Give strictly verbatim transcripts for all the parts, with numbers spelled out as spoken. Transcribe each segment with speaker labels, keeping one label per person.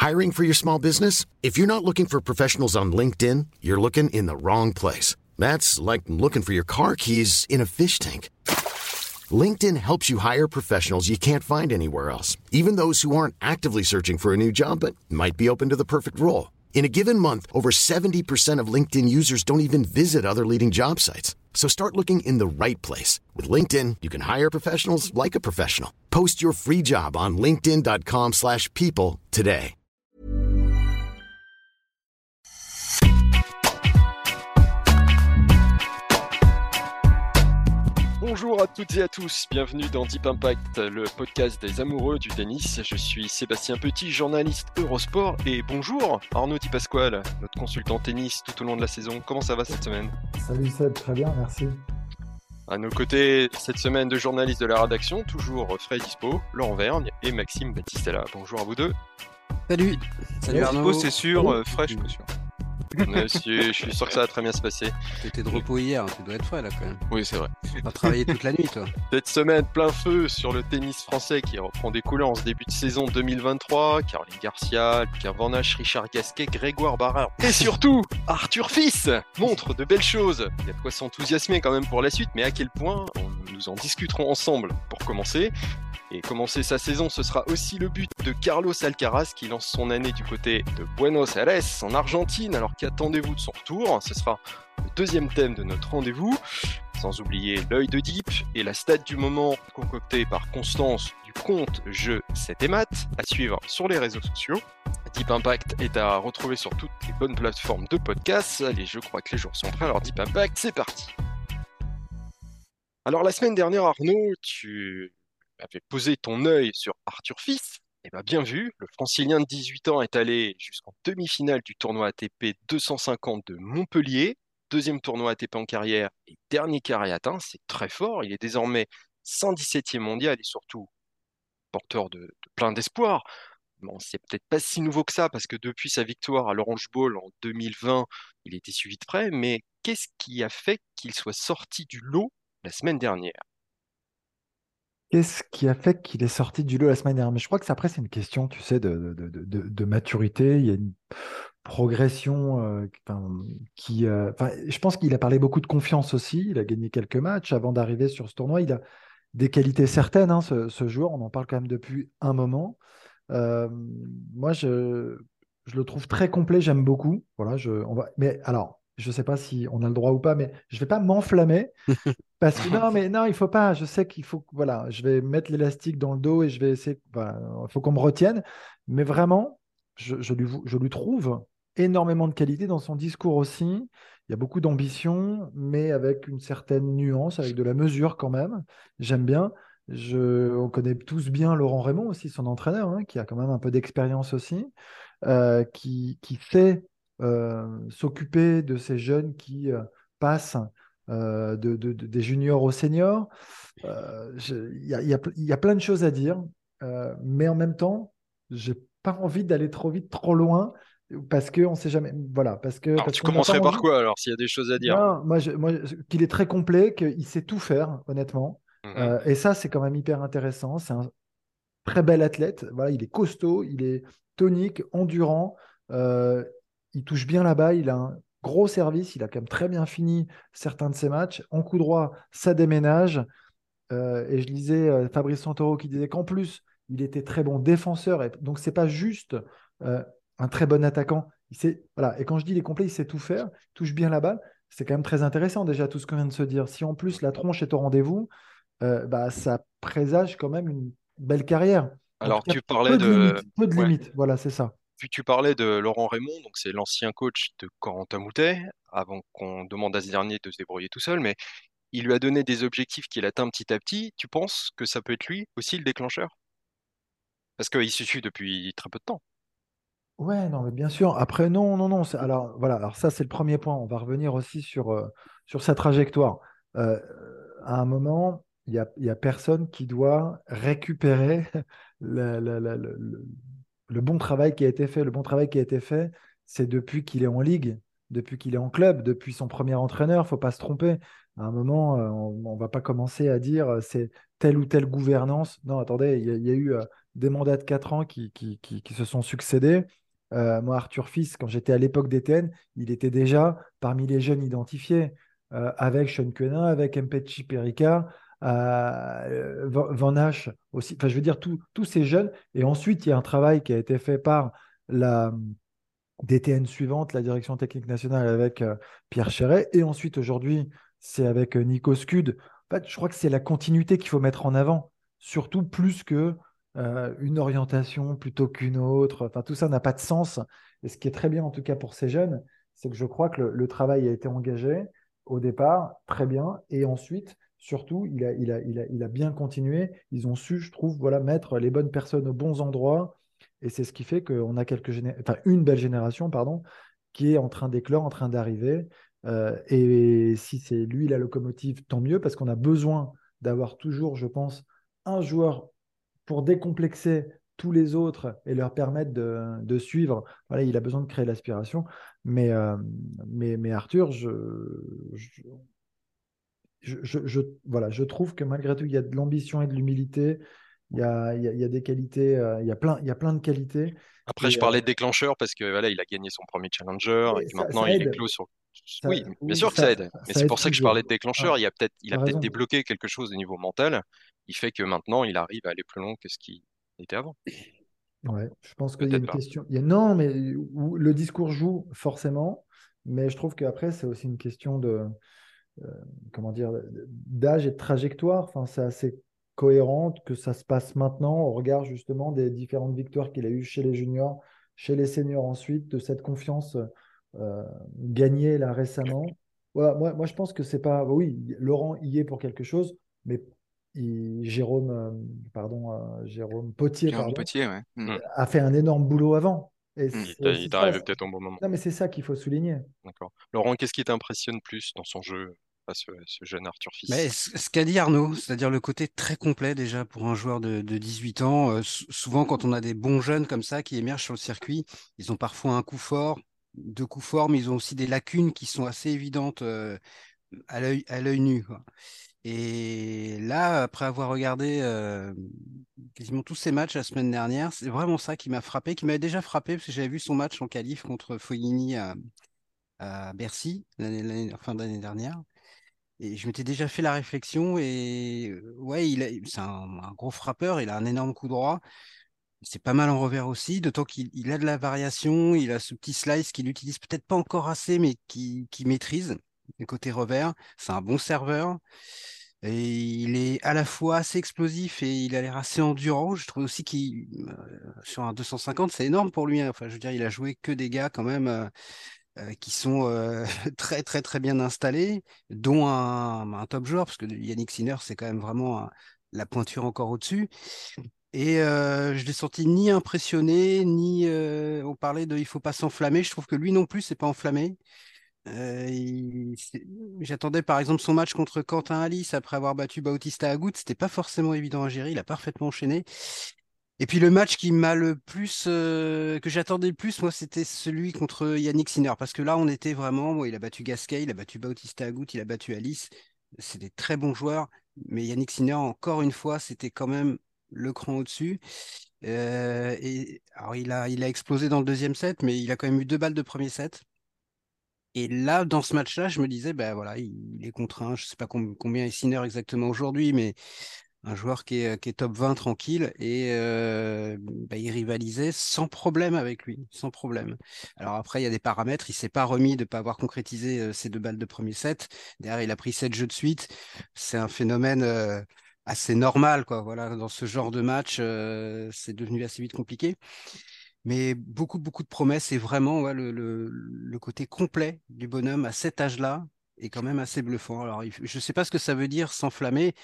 Speaker 1: Hiring for your small business? If you're not looking for professionals on LinkedIn, you're looking in the wrong place. That's like looking for your car keys in a fish tank. LinkedIn helps you hire professionals you can't find anywhere else, even those who aren't actively searching for a new job but might be open to the perfect role. In a given month, over seventy percent of LinkedIn users don't even visit other leading job sites. So start looking in the right place. With LinkedIn, you can hire professionals like a professional. Post your free job on linkedin.com slash people today.
Speaker 2: Bonjour à toutes et à tous, bienvenue dans Deep Impact, le podcast des amoureux du tennis. Je suis Sébastien Petit, journaliste Eurosport, et bonjour Arnaud Di Pasquale, notre consultant tennis tout au long de la saison. Comment ça va cette semaine ?
Speaker 3: Salut Seb, très bien, merci.
Speaker 2: À nos côtés, cette semaine, deux journalistes de la rédaction, toujours frais et dispo, Laurent Vergne et Maxime Battistella. Bonjour à vous deux.
Speaker 4: Salut. Salut
Speaker 2: Bon,
Speaker 4: Arnaud.
Speaker 2: dispo, c'est sûr,
Speaker 3: Salut.
Speaker 2: euh, frais, je suis pas sûr. Monsieur, je suis sûr que ça va très bien se passer.
Speaker 4: T'étais de repos hier, tu dois être frais là quand même.
Speaker 2: Oui, c'est vrai.
Speaker 4: T'as travaillé toute la nuit toi.
Speaker 2: Cette semaine, plein feu sur le tennis français qui reprend des couleurs en ce début de saison deux mille vingt-trois. Caroline Garcia, Lucas Van Hache, Richard Gasquet, Grégoire Barrère et surtout Arthur Fils montre de belles choses. Il y a de quoi s'enthousiasmer quand même pour la suite, mais à quel point, on- nous en discuterons ensemble pour commencer. Et commencer sa saison, ce sera aussi le but de Carlos Alcaraz qui lance son année du côté de Buenos Aires en Argentine. Alors qu'attendez-vous de son retour ? Ce sera le deuxième thème de notre rendez-vous. Sans oublier l'œil de Deep et la stat du moment concoctée par Constance du compte Jeu sept et Maths, à suivre sur les réseaux sociaux. Deep Impact est à retrouver sur toutes les bonnes plateformes de podcast. Allez, je crois que les jours sont prêts, alors Deep Impact, c'est parti. Alors la semaine dernière, Arnaud, tu avais posé ton œil sur Arthur Fils. Eh bien, bien vu, le francilien de dix-huit ans est allé jusqu'en demi-finale du tournoi A T P deux cent cinquante de Montpellier. Deuxième tournoi A T P en carrière et dernier carré atteint, c'est très fort. Il est désormais cent dix-septième mondial et surtout porteur de, de plein d'espoir. Bon, c'est peut-être pas si nouveau que ça parce que depuis sa victoire à l'Orange Bowl en deux mille vingt, il était suivi de près. Mais qu'est-ce qui a fait qu'il soit sorti du lot la semaine dernière ?
Speaker 3: Qu'est-ce qui a fait qu'il est sorti du lot la semaine dernière? Mais je crois que ça, après, c'est une question, tu sais, de, de, de, de- de maturité. Il y a une progression euh, enfin, qui... euh, enfin, je pense qu'il a parlé beaucoup de confiance aussi. Il a gagné quelques matchs avant d'arriver sur ce tournoi. Il a des qualités certaines, hein, ce, ce joueur. On en parle quand même depuis un moment. Euh, Moi, je, je le trouve très complet. J'aime beaucoup. Voilà, je, on va, mais alors, je ne sais pas si on a le droit ou pas, mais je ne vais pas m'enflammer. Parce que non, mais non, il faut pas. Je sais qu'il faut. que- Voilà, je vais mettre l'élastique dans le dos et je vais essayer. Voilà, il faut qu'on me retienne. Mais vraiment, je, je lui, je lui trouve énormément de qualité dans son discours aussi. Il y a beaucoup d'ambition, mais avec une certaine nuance, avec de la mesure quand même. J'aime bien. Je, on connaît tous bien Laurent Raymond aussi, son entraîneur, hein, qui a quand même un peu d'expérience aussi, euh, qui, qui sait euh, s'occuper de ces jeunes qui euh, passent euh, de, de- de- des juniors aux seniors. Euh, je- Il y a, il y a ple- il y a plein de choses à dire, euh, mais en même temps, j'ai pas envie d'aller trop vite, trop loin, parce qu'on ne sait jamais. Voilà, parce que,
Speaker 2: Alors,
Speaker 3: parce
Speaker 2: tu
Speaker 3: qu'on n'a pas
Speaker 2: commencerais par
Speaker 3: envie.
Speaker 2: quoi alors, s'il y a des choses à dire ?
Speaker 3: Non, moi, je- moi, je- qu'il est très complet, qu'il sait tout faire, honnêtement.
Speaker 2: Mhm.
Speaker 3: Euh, et ça, c'est quand même hyper intéressant. C'est un très bel athlète. Voilà, il est costaud, il est tonique, endurant. euh, il touche bien la balle. Il a un gros service. Il a quand même très bien fini certains de ses matchs. En coup droit, ça déménage. Euh, et je lisais euh, Fabrice Santoro qui disait qu'en plus, il était très bon défenseur. Et donc, c'est pas juste euh, un très bon attaquant. Il sait, voilà. Et quand je dis il est complet, il sait tout faire, il touche bien la balle. C'est quand même très intéressant déjà tout ce qu'on vient de se dire. Si en plus la tronche est au rendez-vous, euh, bah, ça présage quand même une belle carrière. En tout
Speaker 2: Alors,
Speaker 3: cas,
Speaker 2: tu parlais
Speaker 3: peu de
Speaker 2: de...
Speaker 3: limites. Peu de
Speaker 2: Ouais.
Speaker 3: limites. Voilà, c'est ça.
Speaker 2: Puis tu parlais de Laurent Raymond, donc c'est l'ancien coach de Corentin Moutet, avant qu'on demande à ce dernier de se débrouiller tout seul, mais il lui a donné des objectifs qu'il atteint petit à petit. Tu penses que ça peut être lui aussi le déclencheur? Parce qu'il se suit depuis très peu de temps.
Speaker 3: Ouais, non, mais bien sûr. Après, non, non, non. c'est- Alors, voilà. Alors, ça, c'est le premier point. On va revenir aussi sur, euh, sur sa trajectoire. Euh, à un moment, il y a, il y a personne qui doit récupérer la- la- la- le, le- le bon travail qui a été fait. Le bon travail qui a été fait, c'est depuis qu'il est en ligue. depuis qu'il est en club, depuis son premier entraîneur, faut pas se tromper. À un moment, euh, on ne va pas commencer à dire euh, c'est telle ou telle gouvernance. Non, attendez, il y, a il y a eu euh, des mandats de quatre ans qui, qui, qui- qui se sont succédés. Euh, moi, Arthur Fils, quand j'étais à l'époque d'E T N, il était déjà parmi les jeunes identifiés, euh, avec Sean Quenin, avec Mpetshi Perika, euh, Van Van Hache aussi. Enfin, je veux dire, tous tous ces jeunes. Et ensuite, il y a un travail qui a été fait par la D T N suivante, la direction technique nationale avec euh, Pierre Chéret. Et ensuite, aujourd'hui, c'est avec euh, Nico Scud. En fait, je crois que c'est la continuité qu'il faut mettre en avant, surtout plus que euh, une orientation plutôt qu'une autre. Enfin, tout ça n'a pas de sens. Et ce qui est très bien, en tout cas pour ces jeunes, c'est que je crois que le, le travail a été engagé au départ, très bien. Et ensuite, surtout, il a, il a, il a, il a bien continué. Ils ont su, je trouve, voilà, mettre les bonnes personnes aux bons endroits. Et c'est ce qui fait qu'on a quelques géné- enfin, une belle génération, pardon, qui est en train d'éclore, en train d'arriver. Euh, et si c'est lui la locomotive, tant mieux, parce qu'on a besoin d'avoir toujours, je pense, un joueur pour décomplexer tous les autres et leur permettre de, de suivre. Voilà, il a besoin de créer l'aspiration. Mais, euh, mais, mais Arthur, je, je, je, je- je- voilà, je trouve que malgré tout, il y a de l'ambition et de l'humilité. Il y a, il y a, il y a des qualités, euh, il y a plein, il y a plein de qualités.
Speaker 2: Après, je
Speaker 3: Et, euh,
Speaker 2: parlais de déclencheur parce que voilà, il a gagné son premier challenger et
Speaker 3: et
Speaker 2: que
Speaker 3: ça,
Speaker 2: maintenant
Speaker 3: ça
Speaker 2: il est
Speaker 3: aide.
Speaker 2: clos sur.
Speaker 3: Ça,
Speaker 2: Oui, bien
Speaker 3: oui,
Speaker 2: sûr que ça
Speaker 3: ça,
Speaker 2: aide. Mais
Speaker 3: ça
Speaker 2: c'est
Speaker 3: aide
Speaker 2: pour ça que je parlais de
Speaker 3: toujours.
Speaker 2: déclencheur.
Speaker 3: Ah,
Speaker 2: Il a peut-être, il
Speaker 3: tu
Speaker 2: a
Speaker 3: as
Speaker 2: peut-être
Speaker 3: raison.
Speaker 2: débloqué quelque chose au niveau mental. Il fait que maintenant il arrive à aller plus loin que ce qu'il était avant.
Speaker 3: Ouais, je pense qu'il y a
Speaker 2: Peut-être
Speaker 3: une
Speaker 2: pas.
Speaker 3: question. Il y a, non, mais où le discours joue forcément, mais je trouve qu'après, c'est aussi une question de, euh, comment dire, d'âge et de trajectoire. Enfin, c'est assez cohérent que ça se passe maintenant au regard justement des différentes victoires qu'il a eues chez les juniors, chez les seniors ensuite, de cette confiance euh, gagnée là récemment. Voilà, moi, moi, je pense que c'est pas. Oui, Laurent y est pour quelque chose, mais il- Jérôme, euh, pardon, euh, Jérôme Potier,
Speaker 5: Jérôme
Speaker 3: pardon,
Speaker 5: Potier, ouais. Mm.
Speaker 2: Hmm.
Speaker 3: a fait un énorme boulot avant. Et
Speaker 5: Mm.
Speaker 2: Il
Speaker 3: c'est
Speaker 2: est il
Speaker 3: aussi
Speaker 2: est
Speaker 3: ça.
Speaker 2: arrivé peut-être au bon moment.
Speaker 3: Non, mais c'est ça qu'il faut souligner.
Speaker 2: D'accord. Laurent, qu'est-ce qui t'impressionne plus dans son jeu à ce, ce jeune Arthur
Speaker 4: Mais
Speaker 2: Fils?
Speaker 4: ce ce qu'a dit Arnaud, c'est-à-dire le côté très complet déjà pour un joueur de, de dix-huit ans. Euh, sou- souvent, quand on a des bons jeunes comme ça qui émergent sur le circuit, ils ont parfois un coup fort, deux coups forts, mais ils ont aussi des lacunes qui sont assez évidentes euh, à l'œil, à l'œil nu, quoi. Et là, après avoir regardé euh, quasiment tous ses matchs la semaine dernière, c'est vraiment ça qui m'a frappé, qui m'avait déjà frappé parce que j'avais vu son match en qualif contre Fognini à, à Bercy, l'année, l'année- en fin d'année dernière. Et je m'étais déjà fait la réflexion et euh, ouais, il a- c'est un, un gros frappeur, il a un énorme coup droit. C'est pas mal en revers aussi, d'autant qu'il il a de la variation, il a ce petit slice qu'il utilise peut-être pas encore assez, mais qui, qui maîtrise. Le côté revers, c'est un bon serveur. Et il est à la fois assez explosif et il a l'air assez endurant. Je trouve aussi qu'il, euh, sur un deux cent cinquante, c'est énorme pour lui, hein. Enfin, je veux dire, il a joué que des gars quand même euh, euh, qui sont euh, très très très bien installés, dont un, un top joueur, parce que Yannick Sinner, c'est quand même vraiment un- la pointure encore au-dessus. Et euh, je l'ai senti ni impressionné, ni euh, on parlait de il faut pas s'enflammer. Je trouve que lui non plus, c'est pas enflammé. Euh, il- c'est- J'attendais par exemple son match contre Quentin Alice après avoir battu Bautista Agut. C'était pas forcément évident à gérer. Il a parfaitement enchaîné. Et puis le match qui m'a le plus, euh, que j'attendais le plus, moi, c'était celui contre Yannick Sinner. Parce que là, on était vraiment, bon, il a battu Gasquet, il a battu Bautista Agut, il a battu Alice. C'est des très bons joueurs. Mais Yannick Sinner, encore une fois, c'était quand même le cran au-dessus. Euh, et alors, il a, il a explosé dans le deuxième set, mais il a quand même eu deux balles de premier set. Et là, dans ce match-là, je me disais, ben voilà, il, il est contraint. Je sais pas com- combien est Sinner exactement aujourd'hui, mais un joueur qui est, qui est top vingt tranquille et euh, bah, il rivalisait sans problème avec lui, sans problème. Alors après, il y a des paramètres, il s'est pas remis de ne pas avoir concrétisé euh, ses deux balles de premier set. Derrière, il a pris sept jeux de suite. C'est un phénomène euh, assez normal, quoi. Voilà, dans ce genre de match, euh, c'est devenu assez vite compliqué. Mais beaucoup, beaucoup de promesses et vraiment ouais, le, le, le côté complet du bonhomme à cet âge-là est quand même assez bluffant. Alors, il- je ne sais pas ce que ça veut dire s'enflammer.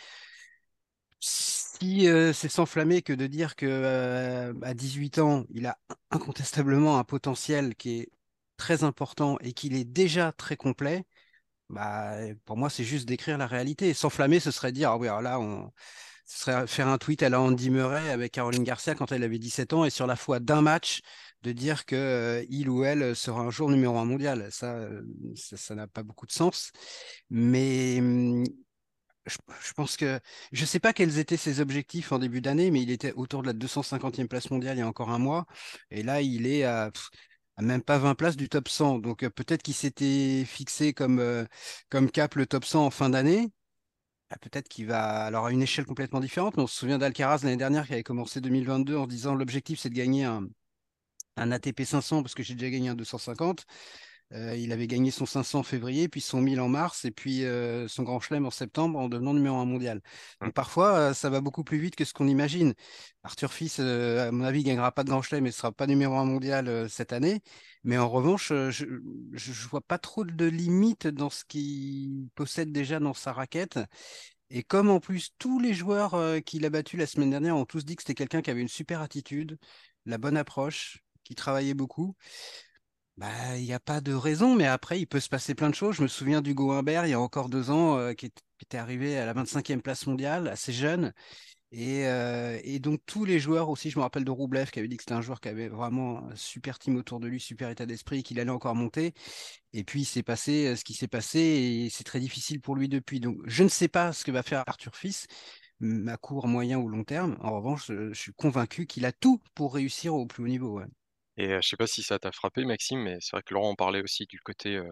Speaker 4: Si euh, c'est s'enflammer que de dire que euh, à dix-huit ans, il a incontestablement un potentiel qui est très important et qu'il est déjà très complet, bah pour moi c'est juste décrire la réalité. S'enflammer, ce serait dire ah oui alors là on ce serait faire un tweet à la Andy Murray avec Caroline Garcia quand elle avait dix-sept ans et sur la foi d'un match de dire que euh, il ou elle sera un jour numéro un mondial. Ça, euh, ça, ça n'a pas beaucoup de sens. Mais hum, je, je pense que je ne sais pas quels étaient ses objectifs en début d'année, mais il était autour de la deux cent cinquantième place mondiale il y a encore un mois. Et là, il est à, pff, à même pas vingt places du top cent. Donc euh, peut-être qu'il s'était fixé comme, euh, comme cap le top cent en fin d'année. Ah, peut-être qu'il va alors à une échelle complètement différente, mais on se souvient d'Alcaraz l'année dernière qui avait commencé deux mille vingt-deux en disant l'objectif c'est de gagner un, un A T P cinq cents parce que j'ai déjà gagné un deux cent cinquante. Euh, il avait gagné son cinq cents en février, puis son mille en mars, et puis euh, son Grand Chelem en septembre en devenant numéro un mondial.
Speaker 2: Mm.
Speaker 4: Donc parfois, euh, ça va beaucoup plus vite que ce qu'on imagine. Arthur Fils, euh, à mon avis, gagnera pas de Grand Chelem et ne sera pas numéro un mondial euh, cette année. Mais en revanche, euh, je ne vois pas trop de limites dans ce qu'il possède déjà dans sa raquette. Et comme en plus tous les joueurs euh, qu'il a battus la semaine dernière ont tous dit que c'était quelqu'un qui avait une super attitude, la bonne approche, qui travaillait beaucoup, bah il n'y a pas de raison, mais après il peut se passer plein de choses. Je me souviens d'Hugo Humbert il y a encore deux ans euh, qui, est- qui était arrivé à la vingt-cinquième place mondiale, assez jeune. Et, euh, et donc tous les joueurs aussi, je me rappelle de Roublev qui avait dit que c'était un joueur qui avait vraiment un super team autour de lui, super état d'esprit, qu'il allait encore monter. Et puis, il s'est passé euh, ce qui s'est passé et c'est très difficile pour lui depuis. Donc, je ne sais pas ce que va faire Arthur Fils, m- à court, moyen ou long terme. En revanche, euh, je suis convaincu qu'il a tout pour réussir au plus haut niveau. Ouais.
Speaker 2: Et euh, je sais pas si ça t'a frappé, Maxime, mais c'est vrai que Laurent en parlait aussi du côté euh,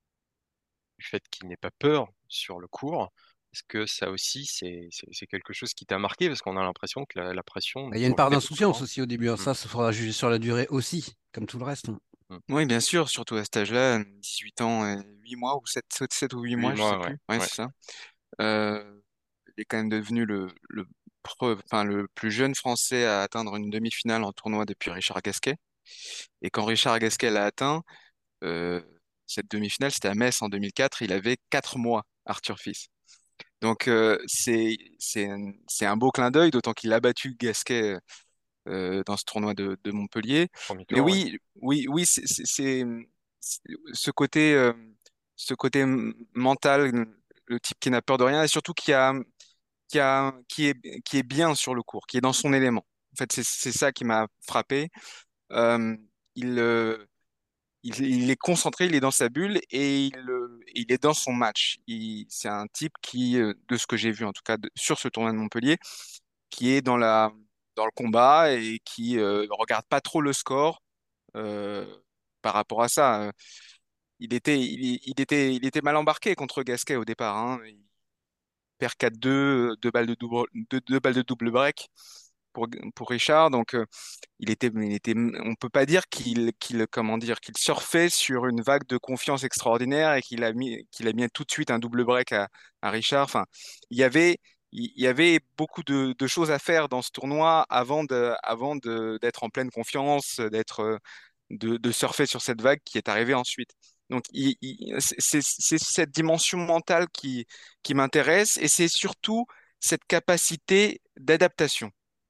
Speaker 2: du fait qu'il n'ait pas peur sur le court. Est-ce que ça aussi, c'est c'est- c'est quelque chose qui t'a marqué? Parce qu'on a l'impression que la, la pression
Speaker 4: Bah,
Speaker 2: ne
Speaker 4: il y a une part
Speaker 2: convenait pas
Speaker 4: d'insouciance
Speaker 2: vraiment.
Speaker 4: aussi au début, hein.
Speaker 2: Mm,
Speaker 4: Ça, il faudra juger sur la durée aussi, comme tout le reste, hein.
Speaker 2: mm.
Speaker 5: Oui, bien sûr, surtout à cet âge-là, dix-huit ans et huit mois ou sept, sept ou huit
Speaker 2: Huit
Speaker 5: mois, je sais
Speaker 2: mois, ouais.
Speaker 5: plus. Ouais,
Speaker 2: Ouais.
Speaker 5: c'est ça. Euh, il est quand même devenu le, le, pre- enfin, le plus jeune Français à atteindre une demi-finale en tournoi depuis Richard Gasquet. Et quand Richard Gasquet l'a atteint, euh, cette demi-finale, c'était à Metz en deux mille quatre, il avait quatre mois, Arthur Fils. Donc euh, c'est c'est un- c'est un beau clin d'œil, d'autant qu'il a battu Gasquet euh, dans ce tournoi de, de Montpellier.
Speaker 2: Premier
Speaker 5: Mais
Speaker 2: tour, ouais.
Speaker 5: oui, oui, oui, c'est c'est- c'est- c'est- ce côté, euh, ce côté m- mental, le type qui n'a peur de rien et surtout qui a, qui a, qui est, qui est bien sur le court, qui est dans son élément. En fait, c'est c'est ça qui m'a frappé. Euh, il, euh, il, il est concentré, il est dans sa bulle et il, euh, il est dans son match. Il- C'est un type qui, euh, de ce que j'ai vu en tout cas de- sur ce tournoi de Montpellier, qui est dans la, dans le combat et qui euh, regarde pas trop le score euh, par rapport à ça. Euh, Il était, il, il était, il était mal embarqué contre Gasquet au départ, hein. Il perd quatre deux, deux balles de double, deux, deux balles de double break pour, pour Richard. Donc, euh, il était, il était, on peut pas dire qu'il, qu'il, comment dire, qu'il surfait sur une vague de confiance extraordinaire et qu'il a mis, qu'il a mis tout de suite un double break à, à Richard. Enfin, il y avait, il y avait beaucoup de, de choses à faire dans ce tournoi avant de, avant de, d'être en pleine confiance, d'être, euh, de, de surfer sur cette vague qui est arrivée ensuite. Donc, il- il- c'est c'est- c'est cette dimension mentale qui, qui m'intéresse et c'est surtout cette capacité d'adaptation.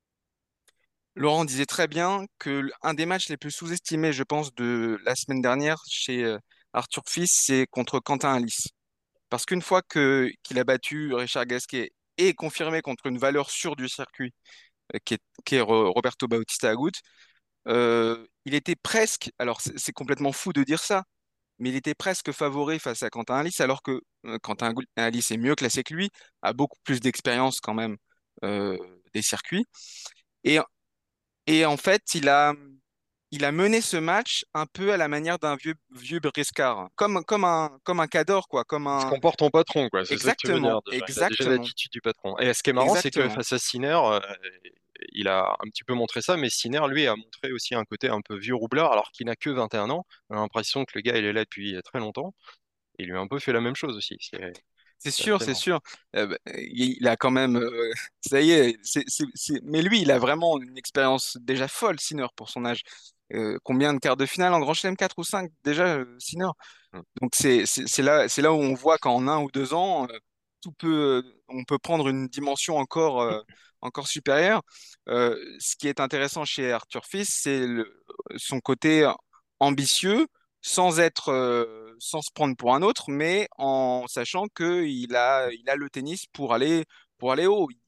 Speaker 5: Laurent disait très bien que un des matchs les plus sous-estimés, je pense, de la semaine dernière chez euh, Arthur Fils, c'est contre Quentin Alice. Parce qu'une fois que qu'il a battu Richard Gasquet et confirmé contre une valeur sûre du circuit, euh, qui est, qui est Ro- Roberto Bautista Agut, euh, il était presque, alors c'est c'est complètement fou de dire ça, mais il était presque favori face à Quentin Alice, alors que euh, Quentin Alice est mieux classé que lui, a beaucoup plus d'expérience quand même euh, des circuits. Et et en fait, il a, il a mené ce match un peu à la manière d'un vieux, vieux briscard, comme, comme un, comme un Cador, quoi, comme
Speaker 2: Il se
Speaker 5: un...
Speaker 2: comporte en patron, quoi. C'est ça que tu veux
Speaker 5: Exactement,
Speaker 2: dire déjà. Il a déjà
Speaker 5: exactement,
Speaker 2: l'attitude du patron. Et ce qui est marrant, c'est que
Speaker 5: exactement.
Speaker 2: face à Sinner, euh, il a un petit peu montré ça, mais Sinner, lui, a montré aussi un côté un peu vieux roublard, alors qu'il n'a que vingt et un ans. On a l'impression que le gars, il est là depuis très longtemps. Et il lui a un peu fait la même chose aussi. C'est
Speaker 5: C'est
Speaker 2: c'est
Speaker 5: sûr,
Speaker 2: assez
Speaker 5: c'est
Speaker 2: marrant.
Speaker 5: sûr. Euh, bah, il il a quand même, euh, ça y est, c'est, c'est, c'est- mais lui, il a vraiment une expérience déjà folle, Sinner, pour son âge. Euh, combien de quarts de finale en Grand Chelem? Quatre ou cinq déjà, euh, Sinner.
Speaker 2: Mm.
Speaker 5: Donc c'est c'est c'est là c'est là où on voit qu'en un ou deux ans euh, tout peut euh, on peut prendre une dimension encore euh, encore supérieure. Euh, ce qui est intéressant chez Arthur Fils, c'est le- son côté ambitieux sans être euh, sans se prendre pour un autre, mais en sachant que il a il a le tennis pour aller pour aller haut.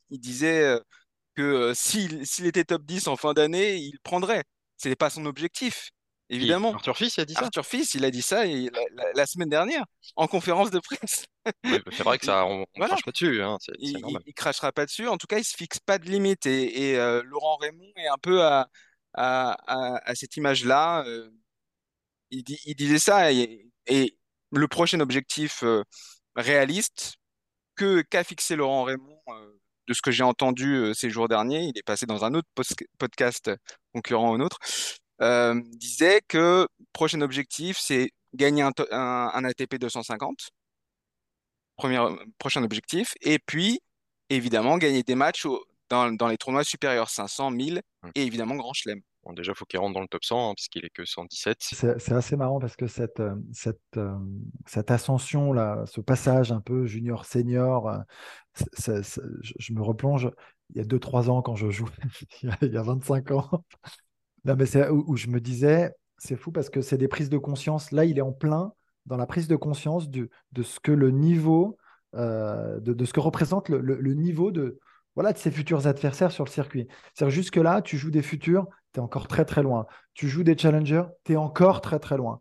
Speaker 5: il disait euh, que euh, s'il s'il était top dix en fin d'année, il prendrait. Ce n'est pas son objectif,
Speaker 2: Qui?
Speaker 5: évidemment.
Speaker 2: Arthur Fils, il a dit ça?
Speaker 5: Arthur Fils, il a dit ça et la, la- la semaine dernière en conférence de presse.
Speaker 2: Oui, bah, c'est vrai que
Speaker 5: Il-
Speaker 2: ça, on, on
Speaker 5: voilà,
Speaker 2: crache pas dessus, hein, c'est c'est
Speaker 5: il, il,
Speaker 2: normal.
Speaker 5: il crachera pas dessus. En tout cas, il se fixe pas de limite. Et, et, euh, Laurent Raymond est un peu à, à, à, à cette image-là. Euh, il, dit- il disait ça et, et le prochain objectif euh, réaliste que qu'a fixé Laurent Raymond, euh, de ce que j'ai entendu euh, ces jours derniers, il est passé dans un autre pos- podcast concurrent au nôtre, euh, disait que prochain objectif, c'est gagner un, to- un, un A T P deux cent cinquante, premier, prochain objectif, et puis évidemment gagner des matchs au- dans, dans les tournois supérieurs, cinq cents, mille,
Speaker 2: Hmm.
Speaker 5: et évidemment Grand Chelem.
Speaker 2: Bon, déjà, faut qu'il rentre dans le top cent, hein, puisqu'il est que cent dix-sept.
Speaker 3: C'est c'est assez marrant parce que cette, euh, cette, euh, cette ascension-là, ce passage un peu junior-senior, euh, c'est- c'est- c'est- je, je me replonge il y a deux trois ans quand je jouais, il y a, il y a vingt-cinq ans. Non, mais c'est où, où je me disais, c'est fou parce que c'est des prises de conscience. Là, il est en plein dans la prise de conscience du- de ce que le niveau, euh, de, de ce que représente le, le- le niveau de, voilà, de ses futurs adversaires sur le circuit. C'est-à-dire, jusque-là, tu joues des futurs, tu es encore très très loin. Tu joues des challengers, tu es encore très très loin.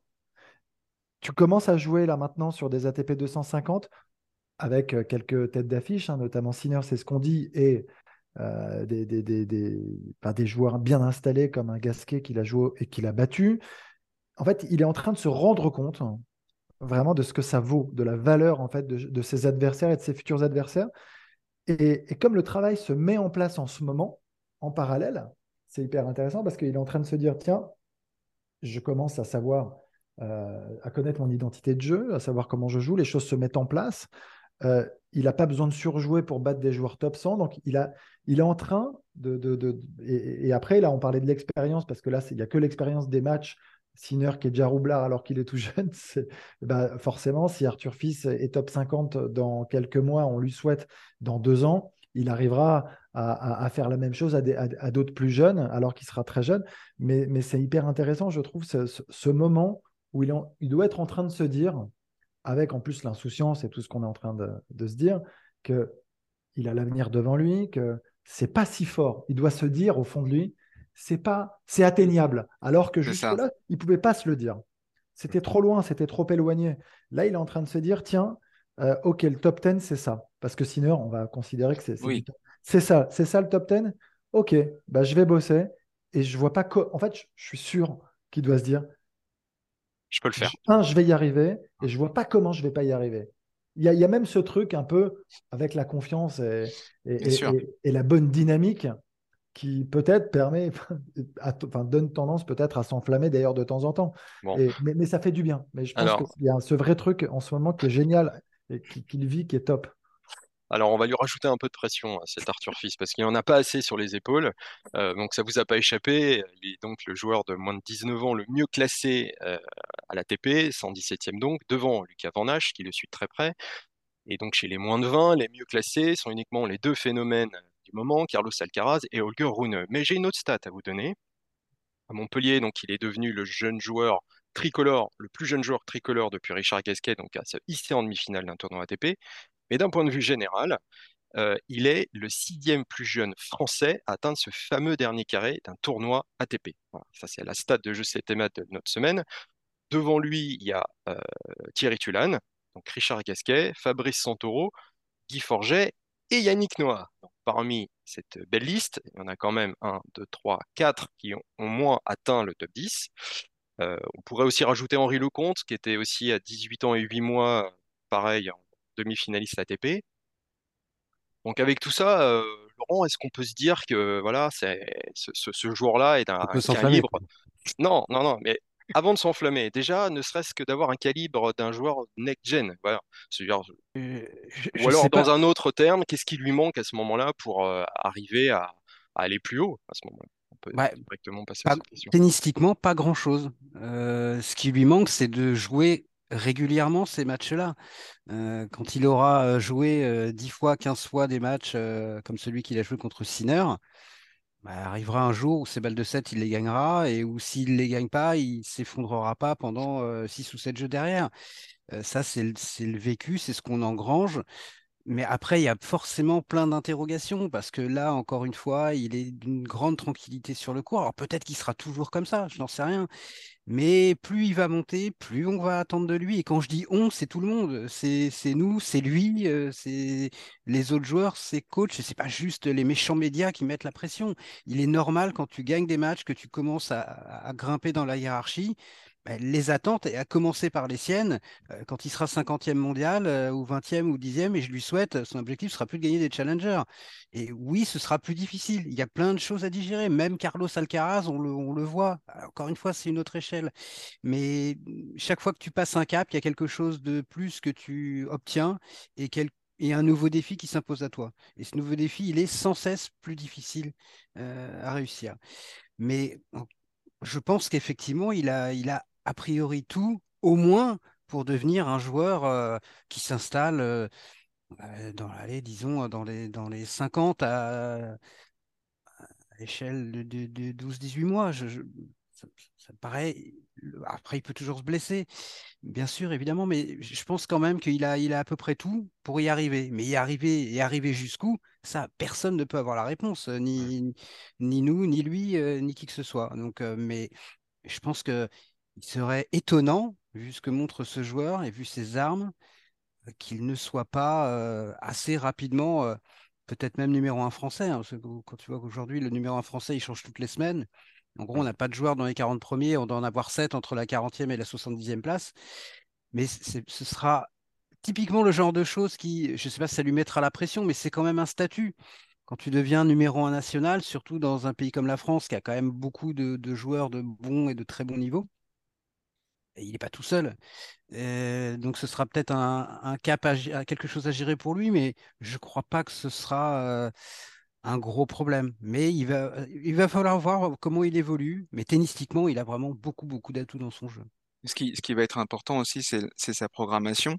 Speaker 3: Tu commences à jouer là maintenant sur des A T P deux cent cinquante avec euh, quelques têtes d'affiche, hein, notamment Sinner, c'est ce qu'on dit, et euh, des, des, des, des, enfin, des joueurs bien installés comme un Gasquet qu'il a joué et qu'il a battu. En fait, il est en train de se rendre compte, hein, vraiment de ce que ça vaut, de la valeur en fait de, de ses adversaires et de ses futurs adversaires. Et, et comme le travail se met en place en ce moment, en parallèle, c'est hyper intéressant parce qu'il est en train de se dire, tiens, je commence à savoir, euh, à connaître mon identité de jeu, à savoir comment je joue, les choses se mettent en place. Euh, il n'a pas besoin de surjouer pour battre des joueurs top cent. Donc, il, a, il est en train de. de, de et, et, après, là, on parlait de l'expérience, parce que là, il n'y a que l'expérience des matchs. Sinner qui est déjà roublard alors qu'il est tout jeune, c'est, bah, forcément, si Arthur Fils est top cinquante dans quelques mois, on lui souhaite dans deux ans, il arrivera à, à, à faire la même chose à, des, à, à d'autres plus jeunes, alors qu'il sera très jeune. Mais, mais c'est hyper intéressant, je trouve, ce, ce, ce moment où il, en, il doit être en train de se dire, avec en plus l'insouciance et tout ce qu'on est en train de, de se dire, qu'il a l'avenir devant lui, que c'est pas si fort. Il doit se dire au fond de lui, c'est pas, c'est atteignable. Alors que
Speaker 5: C'est ça.
Speaker 3: jusque-là, il pouvait pas se le dire. C'était trop loin, c'était trop éloigné. Là, il est en train de se dire, tiens, euh, ok, le top dix, c'est ça. Parce que Sinner, on va considérer que c'est, c'est du
Speaker 5: Oui,
Speaker 3: top. C'est ça, c'est ça le top dix. Ok, bah, je vais bosser. Et je vois pas quoi. En fait, je, je suis sûr qu'il doit se dire,
Speaker 2: Je peux le faire.
Speaker 3: je- un, je vais y arriver et je vois pas comment je vais pas y arriver. Il y a, il y a même ce truc un peu avec la confiance et, et-
Speaker 5: bien sûr.
Speaker 3: et- et- et la bonne dynamique qui peut-être permet, à- enfin, donne tendance peut-être à s'enflammer d'ailleurs de temps en temps.
Speaker 2: Bon,
Speaker 3: Et, mais, mais ça fait du bien. Mais je pense
Speaker 2: alors,
Speaker 3: qu'il y a ce vrai truc en ce moment qui est génial et qui- qu'il vit, qui est top.
Speaker 2: Alors, on va lui rajouter un peu de pression à cet Arthur Fils parce qu'il n'en a pas assez sur les épaules. Euh, donc, ça vous a pas échappé. Il est donc le joueur de moins de dix-neuf ans le mieux classé euh, à l'A T P, cent dix-septième donc, devant Lucas Van Hache qui le suit de très près. Et donc, chez les moins de vingt, les mieux classés sont uniquement les deux phénomènes du moment, Carlos Alcaraz et Holger Rune. Mais j'ai une autre stat à vous donner. À Montpellier, donc, il est devenu le jeune joueur tricolore, le plus jeune joueur tricolore depuis Richard Gasquet, donc à se hisser en demi-finale d'un tournoi A T P. Mais d'un point de vue général, euh, il est le sixième plus jeune français à atteindre ce fameux dernier carré d'un tournoi A T P. Voilà, ça, c'est la stat de Jeux C T M A de notre semaine. Devant lui, il y a euh, Thierry Tulane, donc Richard Gasquet, Fabrice Santoro, Guy Forget et Yannick Noah. Donc, parmi cette belle liste, il y en a quand même un, deux, trois, quatre qui ont au moins atteint le top dix. Euh, on pourrait aussi rajouter Henri Lecomte, qui était aussi à dix-huit ans et huit mois, pareil, en demi-finaliste A T P. Donc avec tout ça, euh, Laurent, est-ce qu'on peut se dire que voilà, c'est ce, ce, ce joueur-là est d'un
Speaker 4: On peut s'enflammer,
Speaker 2: calibre.
Speaker 4: quoi.
Speaker 2: Non, non, non, mais avant de s'enflammer, déjà, ne serait-ce que d'avoir un calibre d'un joueur next-gen. Voilà. C'est-à-dire,
Speaker 4: Euh, je,
Speaker 2: ou
Speaker 4: je
Speaker 2: alors,
Speaker 4: sais
Speaker 2: dans
Speaker 4: pas.
Speaker 2: un autre terme, qu'est-ce qui lui manque à ce moment-là pour euh, arriver à, à aller plus haut à ce moment-là? On peut
Speaker 4: Bah,
Speaker 2: directement passer à
Speaker 4: pas,
Speaker 2: cette question.
Speaker 4: tennistiquement, pas grand-chose. Euh, ce qui lui manque, c'est de jouer régulièrement ces matchs-là. Euh, quand il aura euh, joué euh, dix fois, quinze fois des matchs euh, comme celui qu'il a joué contre Sinner, bah, arrivera un jour où ces balles de sept, il les gagnera et où s'il ne les gagne pas, il s'effondrera pas pendant euh, six ou sept jeux derrière. Euh, ça, c'est le, c'est le vécu, c'est ce qu'on engrange. Mais après, il y a forcément plein d'interrogations parce que là, encore une fois, il est d'une grande tranquillité sur le court. Alors peut-être qu'il sera toujours comme ça, je n'en sais rien. Mais plus il va monter, plus on va attendre de lui. Et quand je dis on, c'est tout le monde. C'est c'est nous, c'est lui, euh, c'est les autres joueurs, c'est coach. Et c'est pas juste les méchants médias qui mettent la pression. Il est normal quand tu gagnes des matchs, que tu commences à, à grimper dans la hiérarchie. Ben, les attentes, et à commencer par les siennes, euh, quand il sera cinquantième mondial euh, ou vingtième ou dixième, et je lui souhaite, son objectif sera plus de gagner des challengers. Et oui, ce sera plus difficile. Il y a plein de choses à digérer. Même Carlos Alcaraz, on le, on le voit. Alors, encore une fois, c'est une autre échelle. Mais chaque fois que tu passes un cap, il y a quelque chose de plus que tu obtiens et, quel- et un nouveau défi qui s'impose à toi. Et ce nouveau défi, il est sans cesse plus difficile euh, à réussir. Mais je pense qu'effectivement, il a, il a a priori tout, au moins pour devenir un joueur euh, qui s'installe euh, euh, dans, allez, disons, dans les, dans les cinquante à, à l'échelle de, de, de douze dix-huit mois. Je, je- ça, ça me paraît. Après, il peut toujours se blesser, bien sûr, évidemment, mais je pense quand même qu'il a, il a à peu près tout pour y arriver. Mais y arriver et arriver jusqu'où, ça, personne ne peut avoir la réponse, euh,
Speaker 2: Mm.
Speaker 4: ni, ni nous, ni lui, euh, ni qui que ce soit. Donc, euh, mais je pense que il serait étonnant, vu ce que montre ce joueur et vu ses armes, euh, qu'il ne soit pas euh, assez rapidement, euh, peut-être même numéro un français, hein, parce que quand tu vois qu'aujourd'hui, le numéro un français, il change toutes les semaines. En gros, on
Speaker 2: Mm.
Speaker 4: n'a pas de joueurs dans les quarante premiers, on doit en avoir sept entre la quarantième et la soixante-dixième place. Mais c'est- ce sera typiquement le genre de choses qui, je ne sais pas si ça lui mettra la pression, mais c'est quand même un statut. Quand tu deviens numéro un national, surtout dans un pays comme la France, qui a quand même beaucoup de, de joueurs de bons et de très bons niveaux, et il n'est pas tout seul. Euh, donc ce sera peut-être un, un cap, à, gé- à- quelque chose à gérer pour lui, mais je ne crois pas que ce sera euh, un gros problème. Mais il va, il va falloir voir comment il évolue. Mais tennistiquement, il a vraiment beaucoup, beaucoup d'atouts dans son jeu.
Speaker 5: Ce qui, ce qui va être important aussi, c'est, c'est sa programmation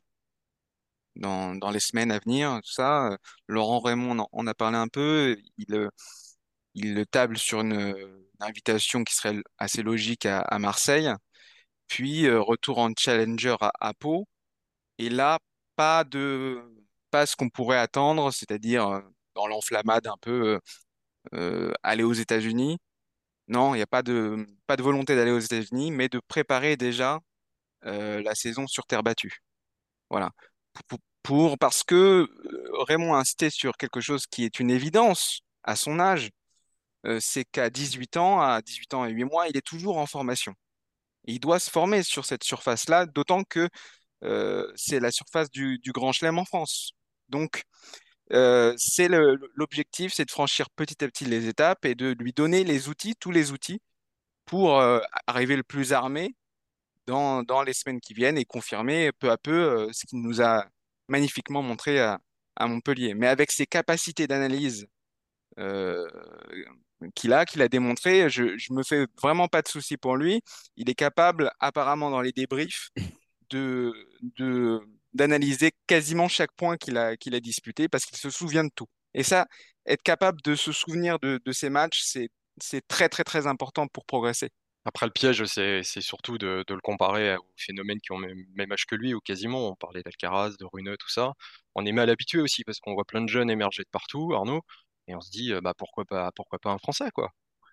Speaker 5: dans, dans les semaines à venir, tout ça. Euh, Laurent Raymond en, en a parlé un peu. Il, euh, il table sur une, une invitation qui serait assez logique à, à Marseille, puis euh, retour en challenger à, à Pau. Et là, pas de, pas ce qu'on pourrait attendre, c'est-à-dire euh, dans l'enflammade un peu euh, aller aux États-Unis. Non, il n'y a pas de, pas de volonté d'aller aux États-Unis, mais de préparer déjà euh, la saison sur terre battue. Voilà. Pour, pour- parce que euh, Raymond a insisté sur quelque chose qui est une évidence à son âge, euh, c'est qu'à dix-huit ans, à dix-huit ans et huit mois, il est toujours en formation. Et il doit se former sur cette surface-là, d'autant que euh, c'est la surface du, du Grand Chelem en France. Donc, euh, c'est le- l'objectif, c'est de franchir petit à petit les étapes et de lui donner les outils, tous les outils, pour euh, arriver le plus armé dans, dans les semaines qui viennent et confirmer peu à peu euh, ce qu'il nous a magnifiquement montré à, à Montpellier. Mais avec ses capacités d'analyse euh, qu'il a, qu'il a démontré, je, je me fais vraiment pas de soucis pour lui. Il est capable, apparemment, dans les débriefs, de, de, d'analyser quasiment chaque point qu'il a, qu'il a disputé parce qu'il se souvient de tout. Et ça, être capable de se souvenir de, de ces matchs, c'est, c'est très, très, très important pour progresser.
Speaker 2: Après, le piège, c'est c'est surtout de, de le comparer aux phénomènes qui ont même, même âge que lui, ou quasiment. On parlait d'Alcaraz, de Rune, tout ça. On est mal habitué aussi, parce qu'on voit plein de jeunes émerger de partout, Arnaud, et on se dit, euh, bah, pourquoi pas, pourquoi pas un Français, quoi.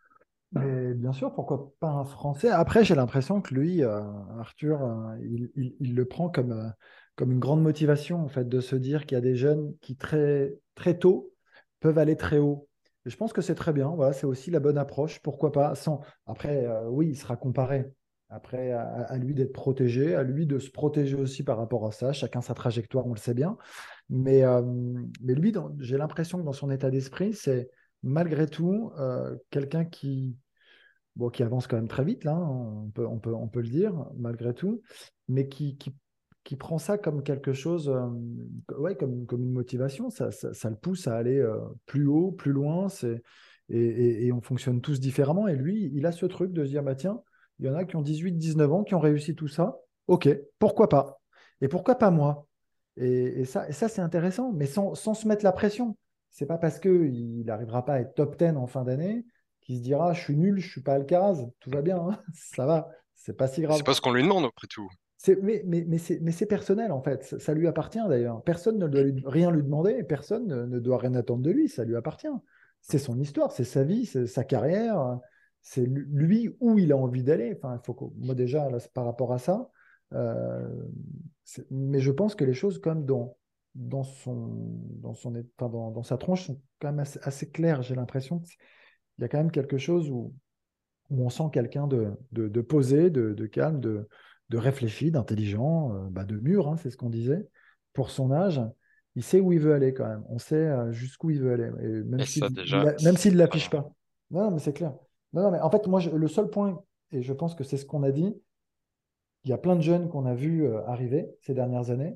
Speaker 3: Mais bien sûr, pourquoi pas un Français? Après, j'ai l'impression que lui, euh, Arthur, euh, il, il- il le prend comme, euh, comme une grande motivation, en fait, de se dire qu'il y a des jeunes qui très, très tôt peuvent aller très haut. Et je pense que c'est très bien. Voilà, c'est aussi la bonne approche. Pourquoi pas? Sans... Après, euh, oui, il sera comparé. Après, à, à lui d'être protégé, à lui de se protéger aussi par rapport à ça. Chacun sa trajectoire, on le sait bien. Mais, euh, mais lui, dans- j'ai l'impression que dans son état d'esprit, c'est malgré tout euh, quelqu'un qui bon, qui avance quand même très vite, là, hein, on peut, on peut, on peut le dire, malgré tout, mais qui, qui, qui prend ça comme quelque chose, euh, ouais, comme, comme une motivation, ça, ça, ça le pousse à aller euh, plus haut, plus loin, c'est, et, et, et on fonctionne tous différemment, et lui, il a ce truc de se dire, bah, tiens, il y en a qui ont dix-huit, dix-neuf ans, qui ont réussi tout ça, ok, pourquoi pas? Et pourquoi pas moi? Et, et ça, et ça c'est intéressant, mais sans, sans se mettre la pression. C'est pas parce qu'il n'arrivera pas à être top dix en fin d'année qui se dira je suis nul, je suis pas Alcaraz, tout va bien, hein, ça va, c'est pas si
Speaker 2: C'est
Speaker 3: grave.
Speaker 2: pas ce qu'on lui demande, après tout.
Speaker 3: C'est, mais mais, mais c'est mais c'est personnel, en fait. Ça, ça lui appartient, d'ailleurs. Personne ne doit lui- rien lui demander et personne ne, ne doit rien attendre de lui. Ça lui appartient. C'est son histoire, c'est sa vie, c'est sa carrière. C'est lui où il a envie d'aller. Enfin, il faut que, moi, déjà, là, c'est par rapport à ça. euh, c'est- mais je pense que les choses, comme dans, dans, son, dans, son, enfin, dans, dans sa tronche, sont quand même assez, assez claires. J'ai l'impression qu'il y a quand même quelque chose où où on sent quelqu'un de, de, de posé, de, de calme, de, de réfléchi, d'intelligent, euh, bah, de mûr, hein, c'est ce qu'on disait. Pour son âge, il sait où il veut aller quand même. On sait euh, jusqu'où il veut aller, et même
Speaker 2: Et ça,
Speaker 3: s'il il
Speaker 2: déjà,
Speaker 3: a- même
Speaker 2: c'est
Speaker 3: s'il ne l'affiche
Speaker 2: incroyable.
Speaker 3: pas. Non, non, mais c'est clair. Non, non, mais en fait, moi, je- le seul point, et je pense que c'est ce qu'on a dit, il y a plein de jeunes qu'on a vus euh, arriver ces dernières années.